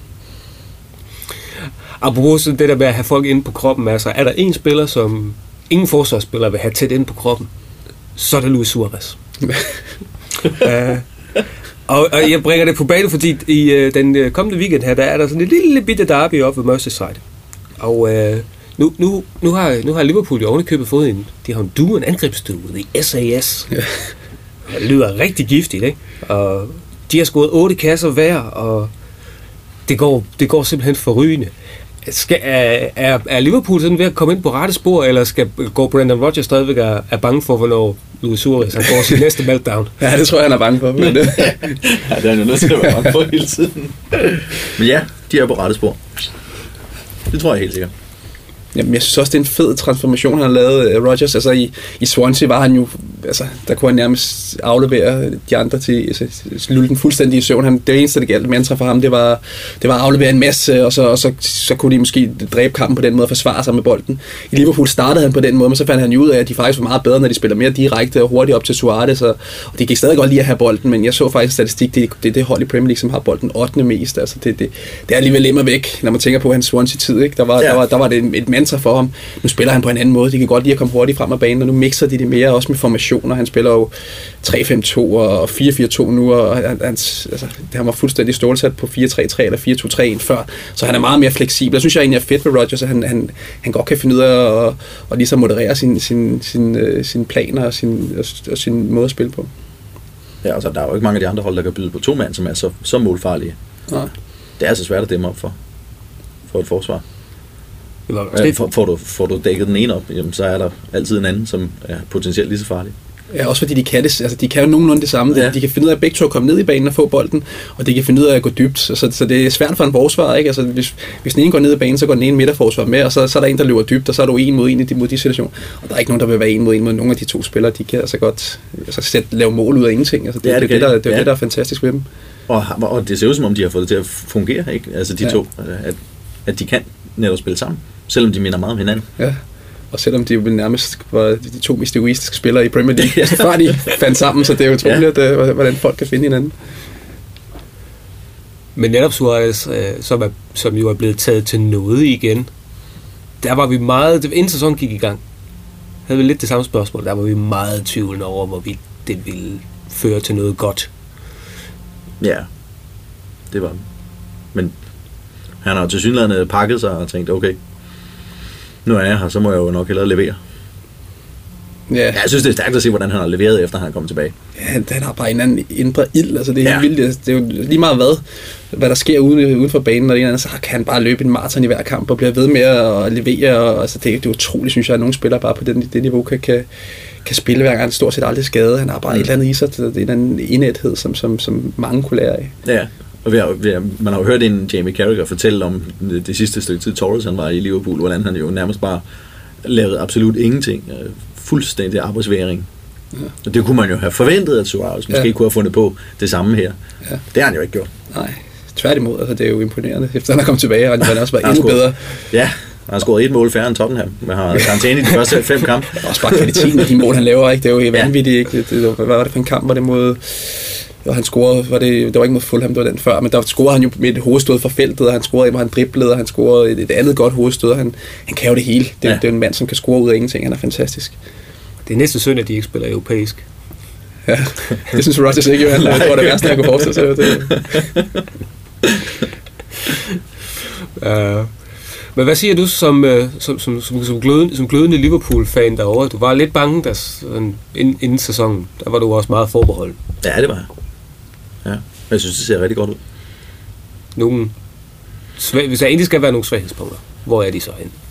S2: Apropos det der med at have folk inde på kroppen, altså er der en spiller, som ingen forsvarsspiller vil have tæt inde på kroppen, så er det Luis Suarez. uh, og, og jeg bringer det på banen, fordi i uh, den kommende weekend her, der er der sådan et lille bitte derby oppe ved Merseyside. Og uh, nu, nu, nu, har, nu har Liverpool jo ovenikøbet fået en, de har en duo, en angrebsduo, i S A S. Det lyder rigtig giftigt, ikke? Og de har scoret otte kasser hver, og det går, det går simpelthen forrygende. Skal, er, er, er Liverpool sådan ved at komme ind på rette spor, eller skal gå Brendan Rodgers stadigvæk er, er bange for, hvornår Luis Suarez han får sin næste meltdown?
S3: Ja, det tror jeg, han er bange for. Men det.
S4: Ja, det er jo nødt til at være bange for hele tiden. Men ja, de er på rette spor. Det tror jeg helt sikkert.
S3: Jamen, jeg synes også, det er en fed transformation, han har lavet, uh, Rodgers. Altså, i, i Swansea var han jo, altså, der kunne han nærmest aflevere de andre til, altså, lulle den fuldstændig i søvn. Han, det eneste, der galt mantra for ham, det var, det var at aflevere en masse, og så, og så, så kunne de måske dræbe kampen på den måde og forsvare sig med bolden. I Liverpool startede han på den måde, men så fandt han jo ud af, at de faktisk var meget bedre, når de spiller mere direkte og hurtigt op til Suarez, og, og det gik stadig godt lige at have bolden, men jeg så faktisk statistik, det er det, det hold i Premier League, som har bolden ottende mest. Altså, det, det, det er alligevel immer væk, når man tænker på hans Swansea-tid, ikke? Der var, ja. der var, der var det et, et mantra for ham. Nu spiller han på en anden måde. De kan godt lide at komme hurtigt frem af banen, og nu mixer de det mere også med formationer. Han spiller jo tre fem to og fire fire to nu, og han, han, altså, han var fuldstændig stålsat på fire tre tre eller fire to tre en før, så han er meget mere fleksibel. Jeg synes jeg egentlig er fedt ved Rodgers, at han, han, han godt kan finde ud af at, at ligesom moderere sin, sin, sin, uh, sine planer og sin, og, og sin måde at spille på.
S4: Ja, altså der er jo ikke mange af de andre hold, der kan byde på to mand, som er så, så målfarlige. Nej. Det er altså svært at dæmme op for, for et forsvar. Ja, får, får, du, får du dækket den ene op, jamen, så er der altid en anden, som er potentielt lige så farlig.
S3: Ja, også fordi de kan det, altså de kan jo nogenlunde det samme. Ja. De kan finde ud af at begge to at komme ned i banen og få bolden, og de kan finde ud af at gå dybt. Så, så det er svært for en forsvar, ikke? Altså hvis, hvis den ene går ned i banen, så går den ene midterforsvar med, og så, så er der en, der løber dybt, og så er du en mod en i de, mod de situationer. Og der er ikke nogen, der vil være en mod en mod nogle af de to spillere. De kan altså godt altså, sætte, lave mål ud af ingenting. Altså, det, ja, det, det, det, der, det er ja. det, der er fantastisk ved dem.
S4: Og, og det ser ud som om, de har fået det til at fungere, ikke? Altså de ja. to, at, at de kan netop spille sammen, selvom de minder meget om hinanden.
S3: Ja. Og selvom de jo nærmest var de to mest egoistiske spillere i Premier League, ja. før de fandt sammen, så det er jo utroligt, ja. at, hvordan folk kan finde hinanden.
S2: Men netop Suarez, som, er, som jo er blevet taget til noget igen, der var vi meget, inden sæsonen gik i gang, havde vi lidt det samme spørgsmål, der var vi meget tvivlende over, hvorvidt det ville føre til noget godt.
S4: Ja, det var det. Men han har jo tilsyneladende pakket sig og tænkt, okay, nu er jeg her, så må jeg jo nok hellere levere. Ja. Jeg synes, det er stærkt at se, hvordan han har leveret, efter han er kommet tilbage.
S3: Ja, han har bare en anden indre ild. Altså, det er ja. helt vildt. Det er jo lige meget hvad, hvad der sker uden, uden for banen, og det ene, så kan han bare løbe en maraton i hver kamp og blive ved med at levere. Og, altså, det, er, det er utroligt, synes jeg, at nogle spillere bare på den, det niveau kan, kan, kan spille hver gang. Han stort set aldrig skade. Han har bare mm. et eller andet i sig. Det er en eller anden indæthed, som, som, som mange kunne lære af.
S4: Ja. Og vi har, vi har, man har jo hørt en Jamie Carragher fortælle om det, det sidste stykke tid, Torres han var i Liverpool, hvordan han jo nærmest bare lavede absolut ingenting. Fuldstændig arbejdsværing. Ja. Og det kunne man jo have forventet, at Suarez måske ja. kunne have fundet på det samme her. Ja. Det har han jo ikke gjort.
S3: Nej, tværtimod. Altså, det er jo imponerende, efter han er kommet tilbage, og han også var endnu bedre.
S4: Ja, han har scoret et mål færre end Tottenham. Man har karantæne i de første fem kampe.
S3: Også bare kvaliteten af de mål, han laver, ikke? Det er jo vanvittigt. Ikke? Det, det, hvad var det for en kamp? Var det mod... Og han scorede, var det, det var ikke mod Fulham, det var den før, men der scorede han jo med et hovedstød fra feltet, og han scorede, hvor han driblede, og han scorede et, et andet godt hovedstød, han, han kan jo det hele. Det, ja. det er en mand, som kan score ud af ingenting, han er fantastisk.
S2: Det er næste synd, at de ikke spiller europæisk.
S3: Ja, det synes Rodgers ikke, jo. Han tror, det er værste, jeg kunne forestille sig. Det.
S2: uh, men hvad siger du som, som, som, som, som, glødende, som glødende Liverpool-fan derovre? Du var lidt bange, der, sådan, inden, inden sæsonen. Der var du også meget forbeholdt.
S4: Ja, det var jeg. Ja, jeg synes, det ser rigtig godt ud.
S2: Nogle svag, hvis der egentlig skal være nogle svaghedspunkter, hvor er de så henne?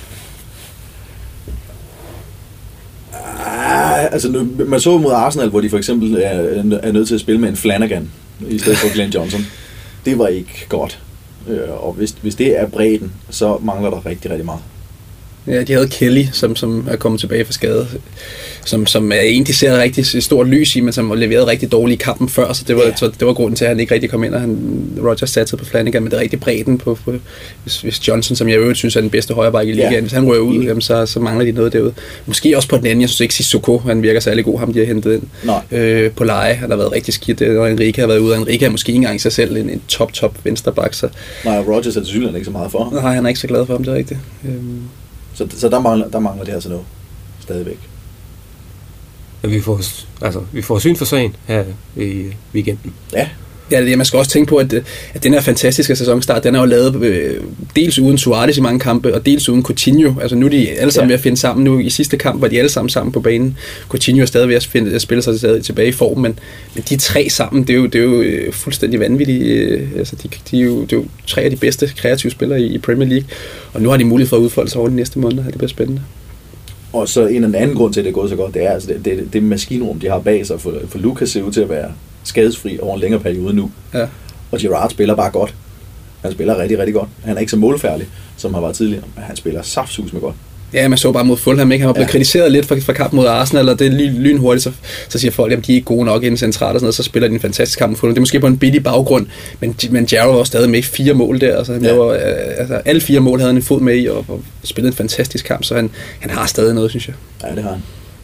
S4: Ah, altså, nu, man så mod Arsenal, hvor de for eksempel er, er nødt til at spille med en Flanagan i stedet for Glenn Johnson. Det var ikke godt. Og hvis, hvis det er bredden, så mangler der rigtig, rigtig meget.
S3: Ja, de havde Kelly, som, som er kommet tilbage fra skade, som, som er en, de ser rigtig stort lys i, men som har leveret rigtig dårligt i kampen før, så det var, ja. så det var grunden til, at han ikke rigtig kom ind, og han, Rodgers satte på Flanagan, men det er rigtig bredden på, på hvis, hvis Johnson, som jeg øvrigt synes er den bedste højreback i ligaen, ja. hvis han rører ud, jamen, så, så mangler de noget derude. Måske også på den anden, jeg synes ikke Sissoko, han virker særlig god, ham de har hentet ind øh, på leje, han har været rigtig skidt, og Enrique har været ude, og Enrique er måske ikke engang sig selv en, en top, top venstreback. Så.
S4: Nej, Rodgers er tilsyneladende ikke så meget for.
S3: Nej, han er ikke så glad for ham, det er rigtigt. Øhm.
S4: Så, så der, mangler, der mangler det altså noget stadigvæk.
S2: Ja, vi får, altså, vi får syn for sagen her i weekenden.
S4: Ja.
S3: Ja, man skal også tænke på, at, at den her fantastiske sæsonstart, den er jo lavet øh, dels uden Suarez i mange kampe, og dels uden Coutinho. Altså nu er de alle sammen ja. ved at finde sammen. Nu i sidste kamp var de alle sammen sammen på banen. Coutinho er stadig ved at, finde, at spille sig stadig tilbage i form, men, men de tre sammen, det er jo, det er jo øh, fuldstændig vanvittigt. Øh, altså de, de er jo, det er jo tre af de bedste kreative spillere i, i Premier League, og nu har de mulighed for at udfolde sig over de næste måneder. Det bliver spændende.
S4: Og så en af anden grund til, at det er gået så godt, det er altså det, det, det maskinrum, de har bag sig, for, for Lucas ser ud til at være skadesfri over en længere periode nu. Ja. Og Gerrard spiller bare godt. Han spiller rigtig, rigtig godt. Han er ikke så målfærdig, som han var tidligere, men han spiller saftsus med godt.
S3: Ja, man så bare mod Fulham, ikke? Han var blevet ja. kritiseret lidt for, for kampen mod Arsenal, og det er lynhurtigt, så, så siger folk, at de er ikke gode nok inden centralt og sådan noget, så spiller de en fantastisk kamp mod Fulham. Det er måske på en billig baggrund, men, men Gerrard var stadig med i fire mål der, altså, han ja. var, altså alle fire mål havde han en fod med i, og, og spillede en fantastisk kamp, så han, han har stadig noget, synes jeg.
S4: Ja, det har han.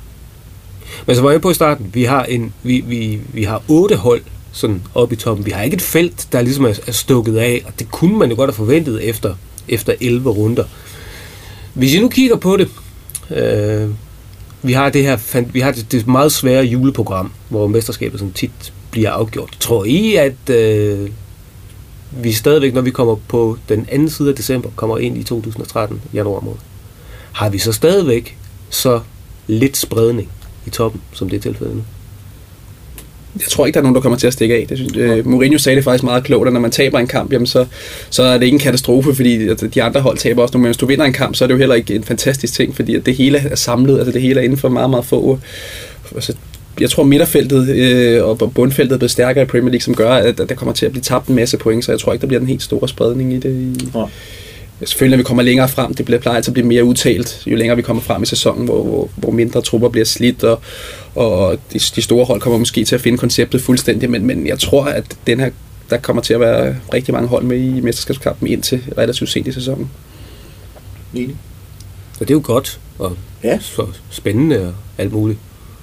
S2: Men så var jeg på i starten, vi har, en, vi, vi, vi har otte hold sådan oppe i toppen. Vi har ikke et felt, der ligesom er, er stukket af, og det kunne man jo godt have forventet efter, efter elleve runder. Hvis I nu kigger på det, øh, vi har det her, vi har det, det meget svære juleprogram, hvor mesterskabet sådan tit bliver afgjort. Tror I, at øh, vi stadigvæk, når vi kommer på den anden side af december, kommer ind i to tusind og tretten, januar måned, har vi så stadigvæk så lidt spredning i toppen, som det er tilfældet nu?
S3: Jeg tror ikke, der er nogen, der kommer til at stikke af. Det synes, øh, Mourinho sagde det faktisk meget klogt, at når man taber en kamp, jamen så, så er det ikke en katastrofe, fordi de andre hold taber også. Men hvis du vinder en kamp, så er det jo heller ikke en fantastisk ting, fordi det hele er samlet, altså det hele er inden for meget, meget få, altså jeg tror midterfeltet øh, og bundfeltet er blevet stærkere i Premier League, som gør, at, at der kommer til at blive tabt en masse point, så jeg tror ikke, der bliver den helt store spredning i det. I, ja. Selvfølgelig, når vi kommer længere frem, det bliver plejer altså at blive mere udtalt, jo længere vi kommer frem i sæsonen, hvor, hvor, hvor mindre trupper bliver slidt, og, og de, de store hold kommer måske til at finde konceptet fuldstændig, men, men jeg tror, at den her, der kommer til at være rigtig mange hold med i mesterskabskampen indtil relativt sent i sæsonen.
S2: Enig. Og det er jo godt, og ja. Så spændende og alt muligt.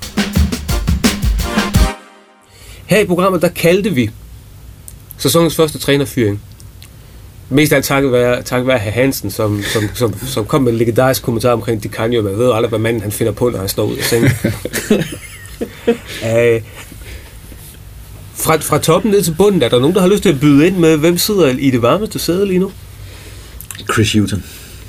S2: Her i programmet, der kaldte vi sæsonens første trænerfyring. Mest af alt takket være, takket være Herr Hansen, som, som, som, som kom med en legendarisk kommentar omkring Di Canio. Man ved aldrig, hvad manden han finder på, når han står ud af sengen. uh, fra, fra toppen ned til bunden, er der nogen, der har lyst til at byde ind med, hvem sidder i det varmeste sæde lige nu?
S4: Chris Hughton.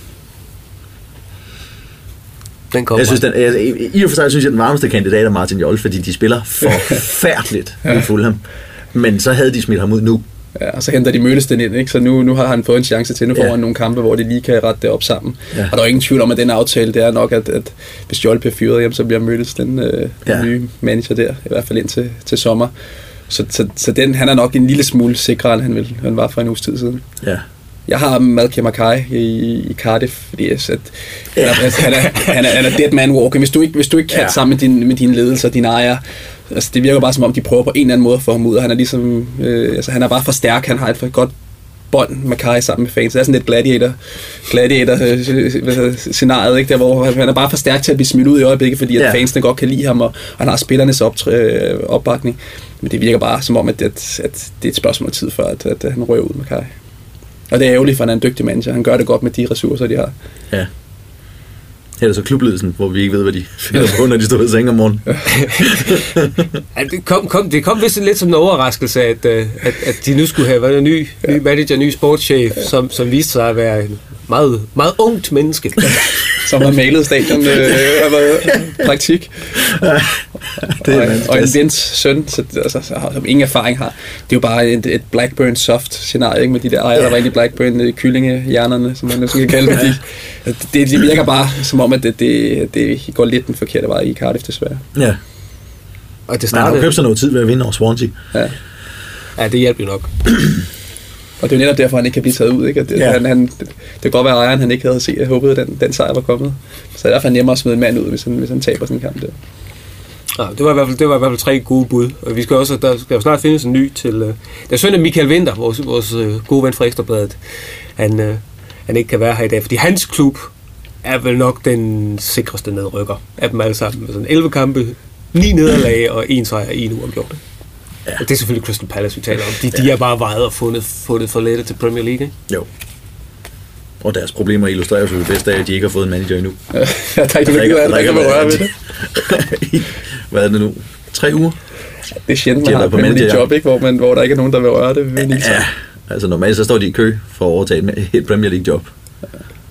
S2: Den kommer.
S4: Jeg synes, den, jeg, i og for sig synes jeg, den varmeste kandidat er Martin Jol, fordi de spiller forfærdeligt i Fulham. Men så havde de smidt ham ud nu.
S3: Ja, og så henter de Møllesten ind, ikke? Så nu, nu har han fået en chance til. Nu får ja. han nogle kampe, hvor de lige kan rette det op sammen. Ja. Og der er ingen tvivl om, at den aftale, det er nok, at, at hvis Jol bliver fyret hjem, så bliver Møllesten øh, ja. den nye manager der, i hvert fald indtil til sommer. Så, så, så den, han er nok en lille smule sikrere, end han, vil, han var for en uges tid siden. Ja. Jeg har Malcolm Mackay i, i Cardiff, fordi at, ja. han, er, han, er, han, er, han er dead man walking. Hvis du ikke, hvis du ikke kan ja. sammen med, din, med dine ledelser og dine ejere, altså det virker bare som om, de prøver på en eller anden måde at få ham ud, og han er ligesom, øh, altså han er bare for stærk, han har et for godt bånd, Mackay sammen med fans. Det er sådan lidt gladiator, gladiator-scenariet, ikke? Der, hvor han er bare for stærk til at blive smidt ud i øjeblikket, fordi at ja. fansene godt kan lide ham, og, og han har spillernes optræ- opbakning. Men det virker bare som om, at, at, at det er et spørgsmål af tid for, at, at han rører ud, Mackay. Og det er ærgerligt, for han er en dygtig manager. Han gør det godt med de ressourcer, de har.
S4: Ja. Her er så klubledelsen, hvor vi ikke ved, hvad de finder på, når de står i seng om morgenen.
S2: Ja, det kom, kom, det kom vist lidt som en overraskelse, at, at, at de nu skulle have været en ny, ny manager, ny sportschef, ja. som, som viste sig at være en meget, meget ungt menneske.
S3: Som har malet stadion øh, og været praktik. Ja, det er og, og en Vince søn, så, altså, som ingen erfaring har. Det er jo bare et, et Blackburn soft scenarie, ikke? Med de der ejere, der var inde i Blackburn kyllingehjernerne, som man kan kalde det. De, det. Det virker bare som om, at det, det, det går lidt den forkerte vej i Cardiff, desværre.
S4: Ja. Og det startede... Man har købt sig noget tid ved at vinde over Swansea.
S2: Ja, ja det hjælper jo nok.
S3: Og det er jo netop derfor, han ikke kan blive taget ud. Ikke? Det, ja. han, han, det, det kan godt være, at ejeren han ikke havde set. Jeg håbede, at den, den sejr var kommet. Så derfor er han nemmere at smide en mand ud, hvis han, hvis han taber sådan en kamp der.
S2: Ja, det var i hvert fald, det var i hvert fald tre gode bud. Og vi skal også, der skal jo snart findes en ny til... Uh, det er synd, at Michael Winter, vores, vores uh, gode ven fra Ekstrabladet, han, uh, han ikke kan være her i dag. Fordi hans klub er vel nok den sikreste nedrykker af dem alle sammen. Med sådan elleve kampe, ni nederlag og en sejr i en uafgjort. Ja. Og det er selvfølgelig Crystal Palace, vi taler om. De, ja. de har bare vejet og fundet, fundet for lette til Premier League, ikke?
S4: Jo. Og deres problemer illustrerer jo det bedste af, at de ikke har fået en manager endnu.
S3: Ja, der er ikke noget, der kan røre ved det.
S4: Hvad er det nu? Tre uger?
S3: Det er sjældent, man har på et job, ikke? Hvor, man, hvor der ikke er nogen, der vil røre det. Ved
S4: ja, ja, altså normalt så står de i kø for at overtage et Premier League job. Ja.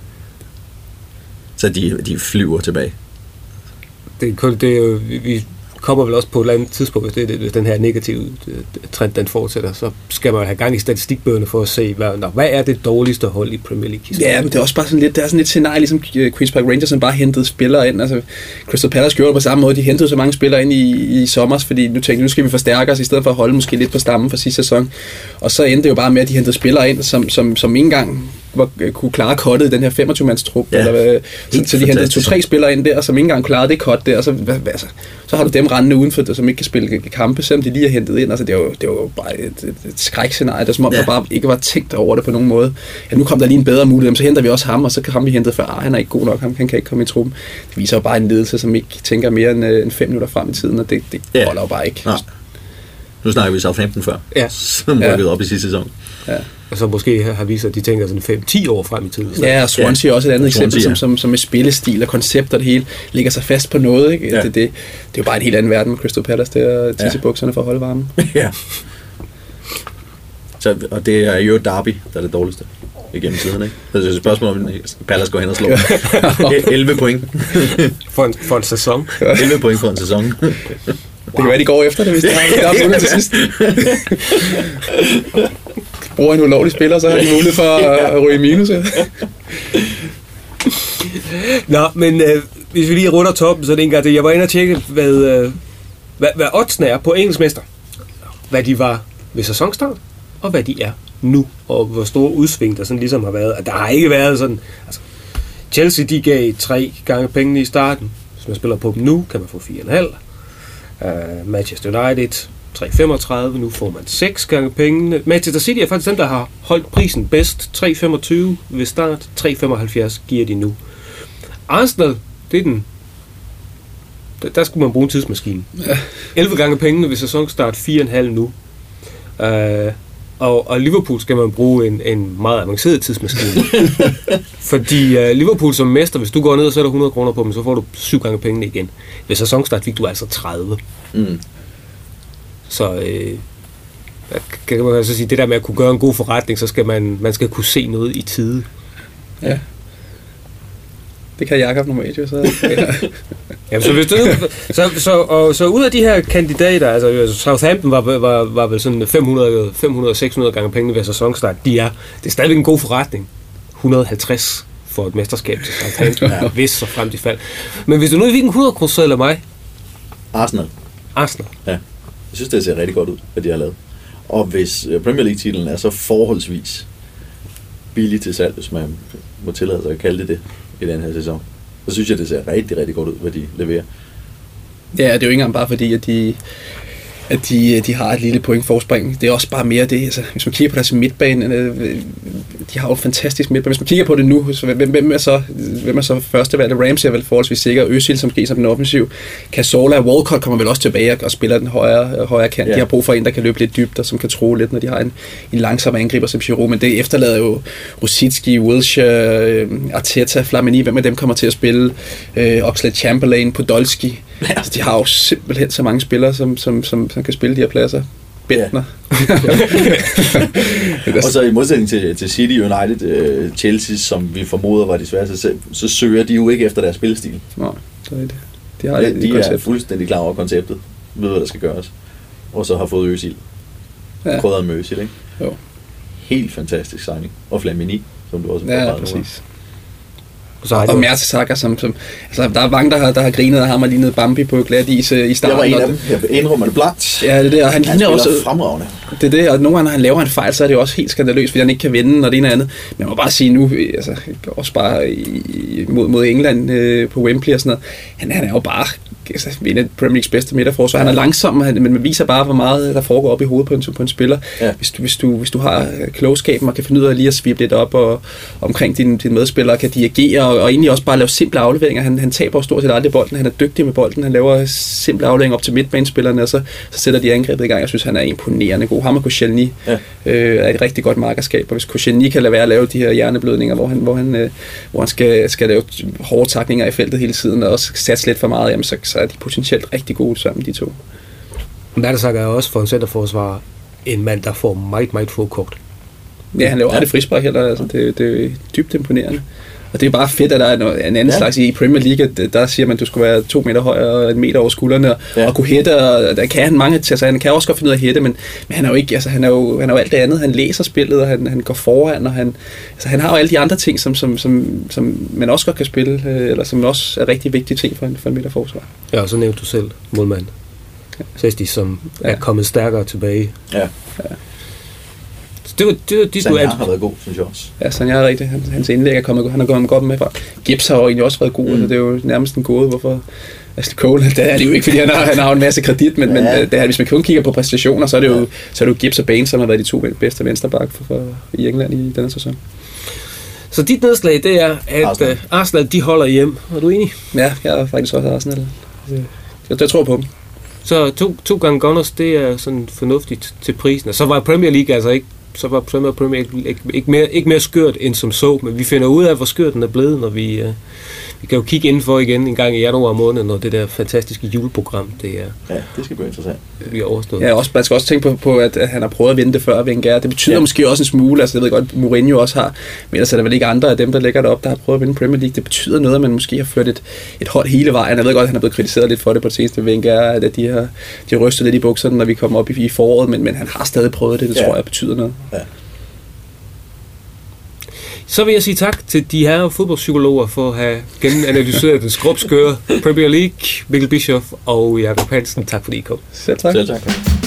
S4: Så de, de flyver tilbage.
S2: Det, det er jo... Vi, kommer vel også på et eller andet tidspunkt, hvis, det, hvis den her negative trend den fortsætter, så skal man have gang i statistikbøgerne for at se, hvad, nå, hvad er det dårligste hold i Premier League?
S3: Ja, men det er også bare sådan lidt, det er sådan et scenarie, ligesom Queen's Park Rangers, som bare hentede spillere ind. Altså, Crystal Palace gjorde det på samme måde, de hentede så mange spillere ind i, i sommer, fordi nu tænkte nu skal vi forstærke os, i stedet for at holde måske lidt på stammen for sidste sæson. Og så endte det jo bare med, at de hentede spillere ind, som, som, som ikke engang var, kunne klare kottet i den her femogtyve-mands trup. Ja, eller, så, så de hentede to-tre spillere ind der, som ikke engang klarede det kot der, og så, hvad, altså, så har du dem rendende udenfor, som ikke kan spille kampe, selvom de lige har hentet ind. Altså, det er jo, det er jo bare et, et, et skrækscenarie. Det er som om, ja. der bare ikke var tænkt over det på nogen måde. Ja, nu kom der lige en bedre mulighed, så henter vi også ham, og så kan ham vi hentet før. Ah, han er ikke god nok, han kan ikke komme i truppen. Det viser jo bare en ledelse, som ikke tænker mere end, end fem minutter frem i tiden, og det, det ja. holder jo bare ikke. Ja.
S4: Nu snakker vi Southampton før, ja. som rykkede ja. op i sidste sæson.
S2: Ja. Og så måske har vist, at de tænker sådan fem til ti år frem i tiden.
S3: Ja, og Swansea er også et andet Swansea, eksempel, ja. som, som, som med spillestil og koncept og det hele ligger sig fast på noget. Ikke? Ja. Det, det, det er jo bare en helt anden verden med Crystal Palace, der og tisse bukserne for at holde varmen.
S4: Ja. Så, og det er jo Derby, der er det dårligste igennem tiden, ikke? Så det er et spørgsmål, om Palace går hen og slår. elleve point.
S2: for, en, for en sæson.
S4: elleve point for en sæson.
S3: Wow. Det kan være, de går efter det, hvis de har vundet til sidst. Bruger en ulovlig spiller, så har de mulighed for at ryge i minus. Ja.
S2: Nå, men øh, hvis vi lige runder toppen, så er det en gang det. Jeg var inde og tjekke, hvad, øh, hvad, hvad oddsene er på engelskmester, hvad de var ved sæsonstart, og hvad de er nu, og hvor store udsving der sådan ligesom har været. Der har ikke været sådan, altså Chelsea, de gav tre gange pengene i starten. Hvis man spiller på dem nu, kan man få fire komma fem. Uh, Manchester United tre komma femogtredive, nu får man seks gange pengene. Manchester City er faktisk dem, der har holdt prisen bedst. tre komma femogtyve ved start, tre komma femoghalvfjerds giver de nu. Arsenal, det er den... Der, der skulle man bruge en tidsmaskine. Ja. elleve gange pengene ved sæsonstart, fire komma fem nu. Uh, og, og Liverpool skal man bruge en, en meget avanceret tidsmaskine. Fordi uh, Liverpool som mester, hvis du går ned og sætter hundrede kroner på dem, så får du syv gange pengene igen. Ved sæsonstart fik du altså tredive. Mm. Så øh, kan man altså sige, det der med at kunne gøre en god forretning, så skal man, man skal kunne se noget i tide.
S3: Ja. Det kan Jakob normalt jo, så...
S2: Jamen, så, hvis du, så, så, og, så ud af de her kandidater, altså Southampton var, var, var vel sådan fem hundrede til seks hundrede gange pengene ved sæsonstart, de er, det er stadigvæk en god forretning. et hundrede og halvtreds for et mesterskab til Southampton, ja. Hvis så frem til fald. Men hvis du nu fik en hundrede kroner eller mig?
S4: Arsenal.
S2: Arsenal.
S4: Ja, jeg synes, det ser rigtig godt ud, hvad de har lavet. Og hvis Premier League-titlen er så forholdsvis billig til salg, hvis man må tillade sig at kalde det det, i den her sæson, så synes jeg, det ser rigtig, rigtig godt ud, hvad de leverer.
S3: Ja, det er jo ikke engang bare fordi, at de, at de, de har et lille point forspring. Det er også bare mere det. Altså, hvis man kigger på deres midtbane, de har jo en fantastisk midtbane. Hvis man kigger på det nu, så hvem, hvem er så, hvem er så første valg? Ramsey er vel forholdsvis sikker. Özil som sker som den offensiv. Cazorla og Walcott kommer vel også tilbage og spiller den højre, højre kant. Ja. De har brug for en, der kan løbe lidt dybt og som kan tro lidt, når de har en, en langsom angriber som Giroud. Men det efterlader jo Rosicki, Wilshere, Arteta, Flamini. Hvem af dem kommer til at spille? Øh, Oxlade-Chamberlain, Podolski. Ja. Altså, de har jo simpelthen så mange spillere, som, som, som, som kan spille de her pladser. Bentner.
S4: Ja. Og så i modsætning til, til City, United, uh, Chelsea, som vi formoder var de sværeste, så, så søger de jo ikke efter deres spillestil.
S3: Nej, det er det. De, har
S4: ja, de er fuldstændig klar over konceptet, ved hvad der skal gøres. Og så har fået Özil. Ja. Krydret med Özil, ikke?
S3: Jo.
S4: Helt fantastisk signing. Og Flamini, som du også
S3: har
S4: ja,
S3: præcis. Nu. Så og Mertesacker, som, som altså, der er mange, der har, der har grinet af ham og lignet Bambi på glat is i starten.
S4: Jeg var en af dem. Jeg indrømmer det blankt.
S3: Ja, det er det, og han, han ligner også
S4: fremragende.
S3: Det er det, og nogle gange, når han laver en fejl, så er det jo også helt skandaløst, fordi han ikke kan vinde, når det ene og andet. Men jeg må bare sige nu, altså, også bare i, mod, mod England øh, på Wembley og sådan noget, han, han er jo bare altså, en af Premier Leagues bedste midterforsvar. Han er langsom, men man viser bare, hvor meget der foregår op i hovedet på en, på en spiller. Ja. Hvis, du, hvis, du, hvis du har klogskaben og kan finde ud af lige at svippe lidt op og, omkring dine din medspillere, kan dirigere og, og egentlig også bare lave simple afleveringer. Han, han taber stort set aldrig bolden. Han er dygtig med bolden. Han laver simple afleveringer op til midtbanespillerne, og så, så sætter de angrebet i gang. Jeg synes, han er imponerende god. Ham og Koscielny ja. øh, er et rigtig godt markerskab. Og hvis Koscielny kan lade være at lave de her hjerneblødninger, hvor han, hvor han, øh, hvor han skal, skal lave hårde takninger i feltet hele tiden, og også satse lidt for meget, jamen, så, så er de potentielt rigtig gode sammen, de to.
S2: Mertesacker er også for en centerforsvar en mand, der får meget, meget få kort.
S3: Ja, han laver aldrig frispark heller. Altså, det, det er dybt imponerende. Og det er bare fedt, at der er en anden ja. slags i Premier League, at der siger man, at du skulle være to meter høj og en meter over skuldrene og, ja. og kunne hætte, og der kan han mange til, altså han kan også godt finde ud af at hætte, men, men han er jo ikke, altså han er jo, han er jo alt det andet, han læser spillet, og han, han går foran, og han, altså han har jo alle de andre ting, som, som, som, som man også godt kan spille, eller som også er rigtig vigtige ting for en, for en midterforsvar.
S2: Ja, og så nævnte du selv målmand. Ja. Sesti, som ja. er kommet stærkere tilbage.
S4: Ja. ja.
S2: Det var, det var, de
S4: Sanjar har været god, synes jeg også.
S3: Ja, Sanjar er rigtig. Hans indlæg er kommet, han er kommet godt med fra. Gibbs har jo egentlig også været god, mm. altså, det er jo nærmest en gåde, hvorfor Ashley Cole, det er det jo ikke, fordi han har, han har en masse kredit, men, ja. men det er, hvis man kun kigger på præstationer, så er det jo, så er det jo Gibbs og Baines, som har været de to bedste venstreback for, for, i England i denne sæson.
S2: Så dit nedslag, det er, at Arsenal, uh, Arsenal de holder hjem. Er du enig?
S3: Ja, jeg er faktisk også Arsenal. Jeg, jeg tror på dem.
S2: Så to, to gange Gunners, det er sådan fornuftigt til prisen. Og så var Premier League altså ikke så var Premier League ikke, ikke, mere, ikke mere skørt end som så, men vi finder ud af, hvor skørt den er blevet, når vi, uh, vi kan jo kigge indenfor igen en gang i januar måned, når det der fantastiske juleprogram, det er...
S4: Ja, det skal blive interessant.
S2: Vi har overstået.
S3: Ja, også, man skal også tænke på, på, at han har prøvet at vinde det før, Wenger. Det betyder ja. måske også en smule, altså jeg ved godt, Mourinho også har, men ellers er der vel ikke andre af dem, der ligger deroppe, der har prøvet at vinde Premier League. Det betyder noget, at man måske har ført et, et hold hele vejen. Jeg ved godt, at han er blevet kritiseret lidt for det på det seneste, Wenger, at de har de rystet lidt i bukserne, når vi kommer op i, i foråret, men, men han har stadig prøvet det, det ja. tror jeg betyder noget. Ja.
S2: Så vil jeg sige tak til de her fodboldpsykologer for at have gennemanalyseret den skrubskøre Premier League. Mikkel Bischoff og Jakob Hansen, tak fordi I kom.
S3: Selv tak.
S4: Selv tak.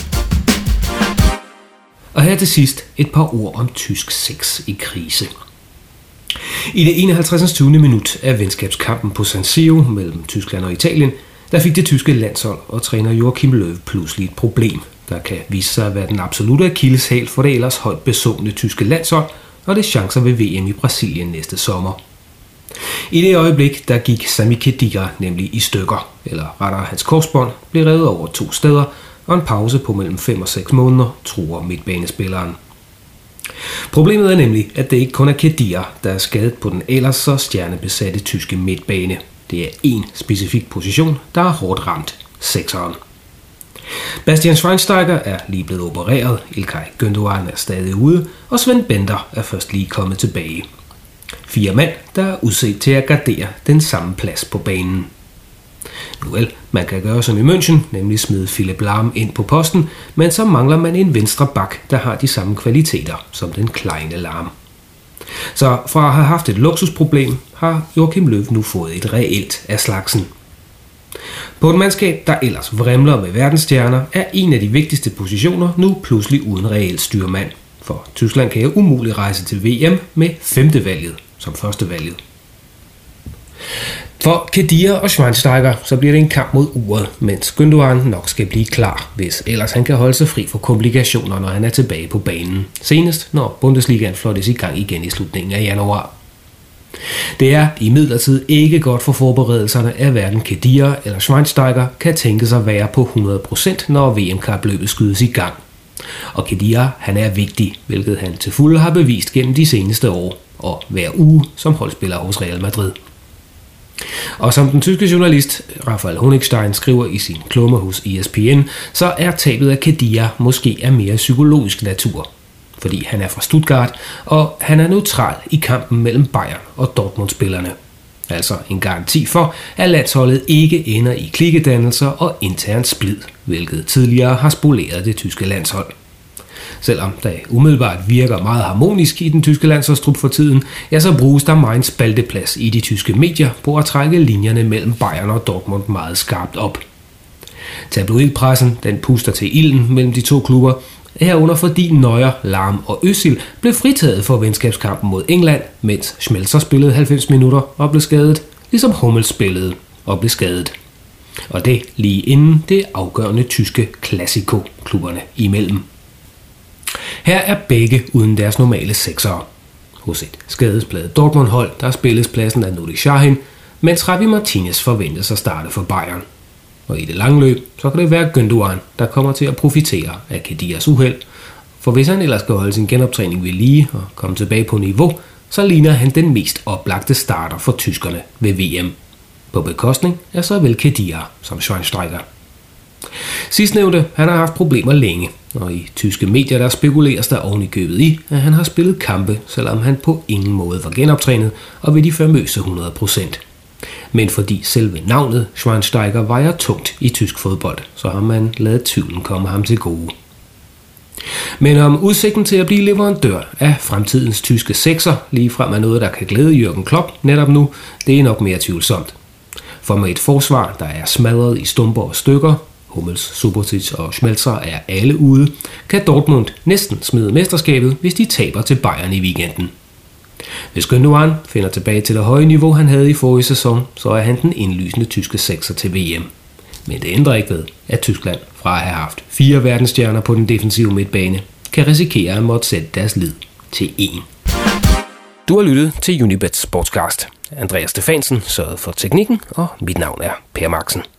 S2: Og her til sidst et par ord om tysk sex i krise. I det enoghalvtreds. minut af venskabskampen på San Siro mellem Tyskland og Italien, der fik det tyske landshold og træner Joachim Löw pludselig et problem, der kan vise sig at være den absolutte akilleshæl for det ellers højt besungne tyske landshold og det chancer ved V M i Brasilien næste sommer. I det øjeblik, der gik Sami Khedira nemlig i stykker, eller rettere hans korsbånd blev revet over to steder, og en pause på mellem fem og seks måneder truer midtbanespilleren. Problemet er nemlig, at det ikke kun er Khedira, der er skadet på den ellers så stjernebesatte tyske midtbane. Det er én specifik position, der er hårdt ramt, sekseren. Bastian Schweinsteiger er lige blevet opereret, Ilkay Gündoğan er stadig ude, og Sven Bender er først lige kommet tilbage. Fire mand, der er udset til at gardere den samme plads på banen. Nu vel, man kan gøre som i München, nemlig smide Philipp Lahm ind på posten, men så mangler man en venstre bak, der har de samme kvaliteter som den kleine Lahm. Så fra at have haft et luksusproblem, har Joachim Löw nu fået et reelt af slagsen. På et mandskab, der ellers vrimler med verdensstjerner, er en af de vigtigste positioner nu pludselig uden reelt styrmand. For Tyskland kan jo umuligt rejse til V M med femte valget som første valget. For Khedira og Schweinsteiger, så bliver det en kamp mod uret, mens Gündoğan nok skal blive klar, hvis ellers han kan holde sig fri for komplikationer, når han er tilbage på banen. Senest, når Bundesligaen fløjtes i gang igen i slutningen af januar. Det er imidlertid ikke godt for forberedelserne, at hverken Khedira eller Schweinsteiger kan tænke sig at være på hundrede procent, når V M-kapløbet skydes i gang. Og Khedira, han er vigtig, hvilket han til fulde har bevist gennem de seneste år, og hver uge som holdspiller hos Real Madrid. Og som den tyske journalist Raphael Honigstein skriver i sin klumme hos E S P N, så er tabet af Khedira måske af mere psykologisk natur. Fordi han er fra Stuttgart, og han er neutral i kampen mellem Bayern og Dortmund-spillerne. Altså en garanti for, at landsholdet ikke ender i klikkedannelser og intern splid, hvilket tidligere har spoleret det tyske landshold. Selvom det umiddelbart virker meget harmonisk i den tyske landsholdstrup for tiden, ja, så bruges der meget en spalteplads i de tyske medier på at trække linjerne mellem Bayern og Dortmund meget skarpt op. Tabloidpressen, den puster til ilden mellem de to klubber, herunder fordi Neuer, Lahm og Özil blev fritaget for venskabskampen mod England, mens Schmelzer spillede halvfems minutter og blev skadet, ligesom Hummels spillede og blev skadet. Og det lige inden det afgørende tyske Classico-klubberne imellem. Her er begge uden deres normale seksere. Hos et skadespladet Dortmund-hold, der spilles pladsen af Nuri Sahin, mens Javi Martinez forventes at starte for Bayern. Og i det lange løb, så kan det være Gündoğan, der kommer til at profitere af Khediras uheld. For hvis han ellers skal holde sin genoptræning ved lige og komme tilbage på niveau, så ligner han den mest oplagte starter for tyskerne ved V M. På bekostning af såvel Khedira som Schweinsteiger. Sidstnævnte, han har haft problemer længe, og i tyske medier der spekuleres der oven i købet i, at han har spillet kampe, selvom han på ingen måde var genoptrænet og ved de famøse hundrede procent. Men fordi selve navnet Schweinsteiger vejer tungt i tysk fodbold, så har man ladet tvivlen komme ham til gode. Men om udsigten til at blive leverandør af fremtidens tyske sekser ligefrem er noget, der kan glæde Jürgen Klopp netop nu, det er nok mere tvivlsomt. For med et forsvar, der er smadret i stumper og stykker, Hummels, Subotic og Schmelzer er alle ude, kan Dortmund næsten smide mesterskabet, hvis de taber til Bayern i weekenden. Hvis Gündoğan finder tilbage til det høje niveau, han havde i forrige sæson, så er han den indlysende tyske sekser til V M. Men det ændrer ikke ved, at Tyskland, fra at have haft fire verdensstjerner på den defensive midtbane, kan risikere at måtte sætte deres lid til én. Du har lyttet til Unibet Sportscast. Andreas Stefansen sørgede for teknikken, og mit navn er Per Maxen.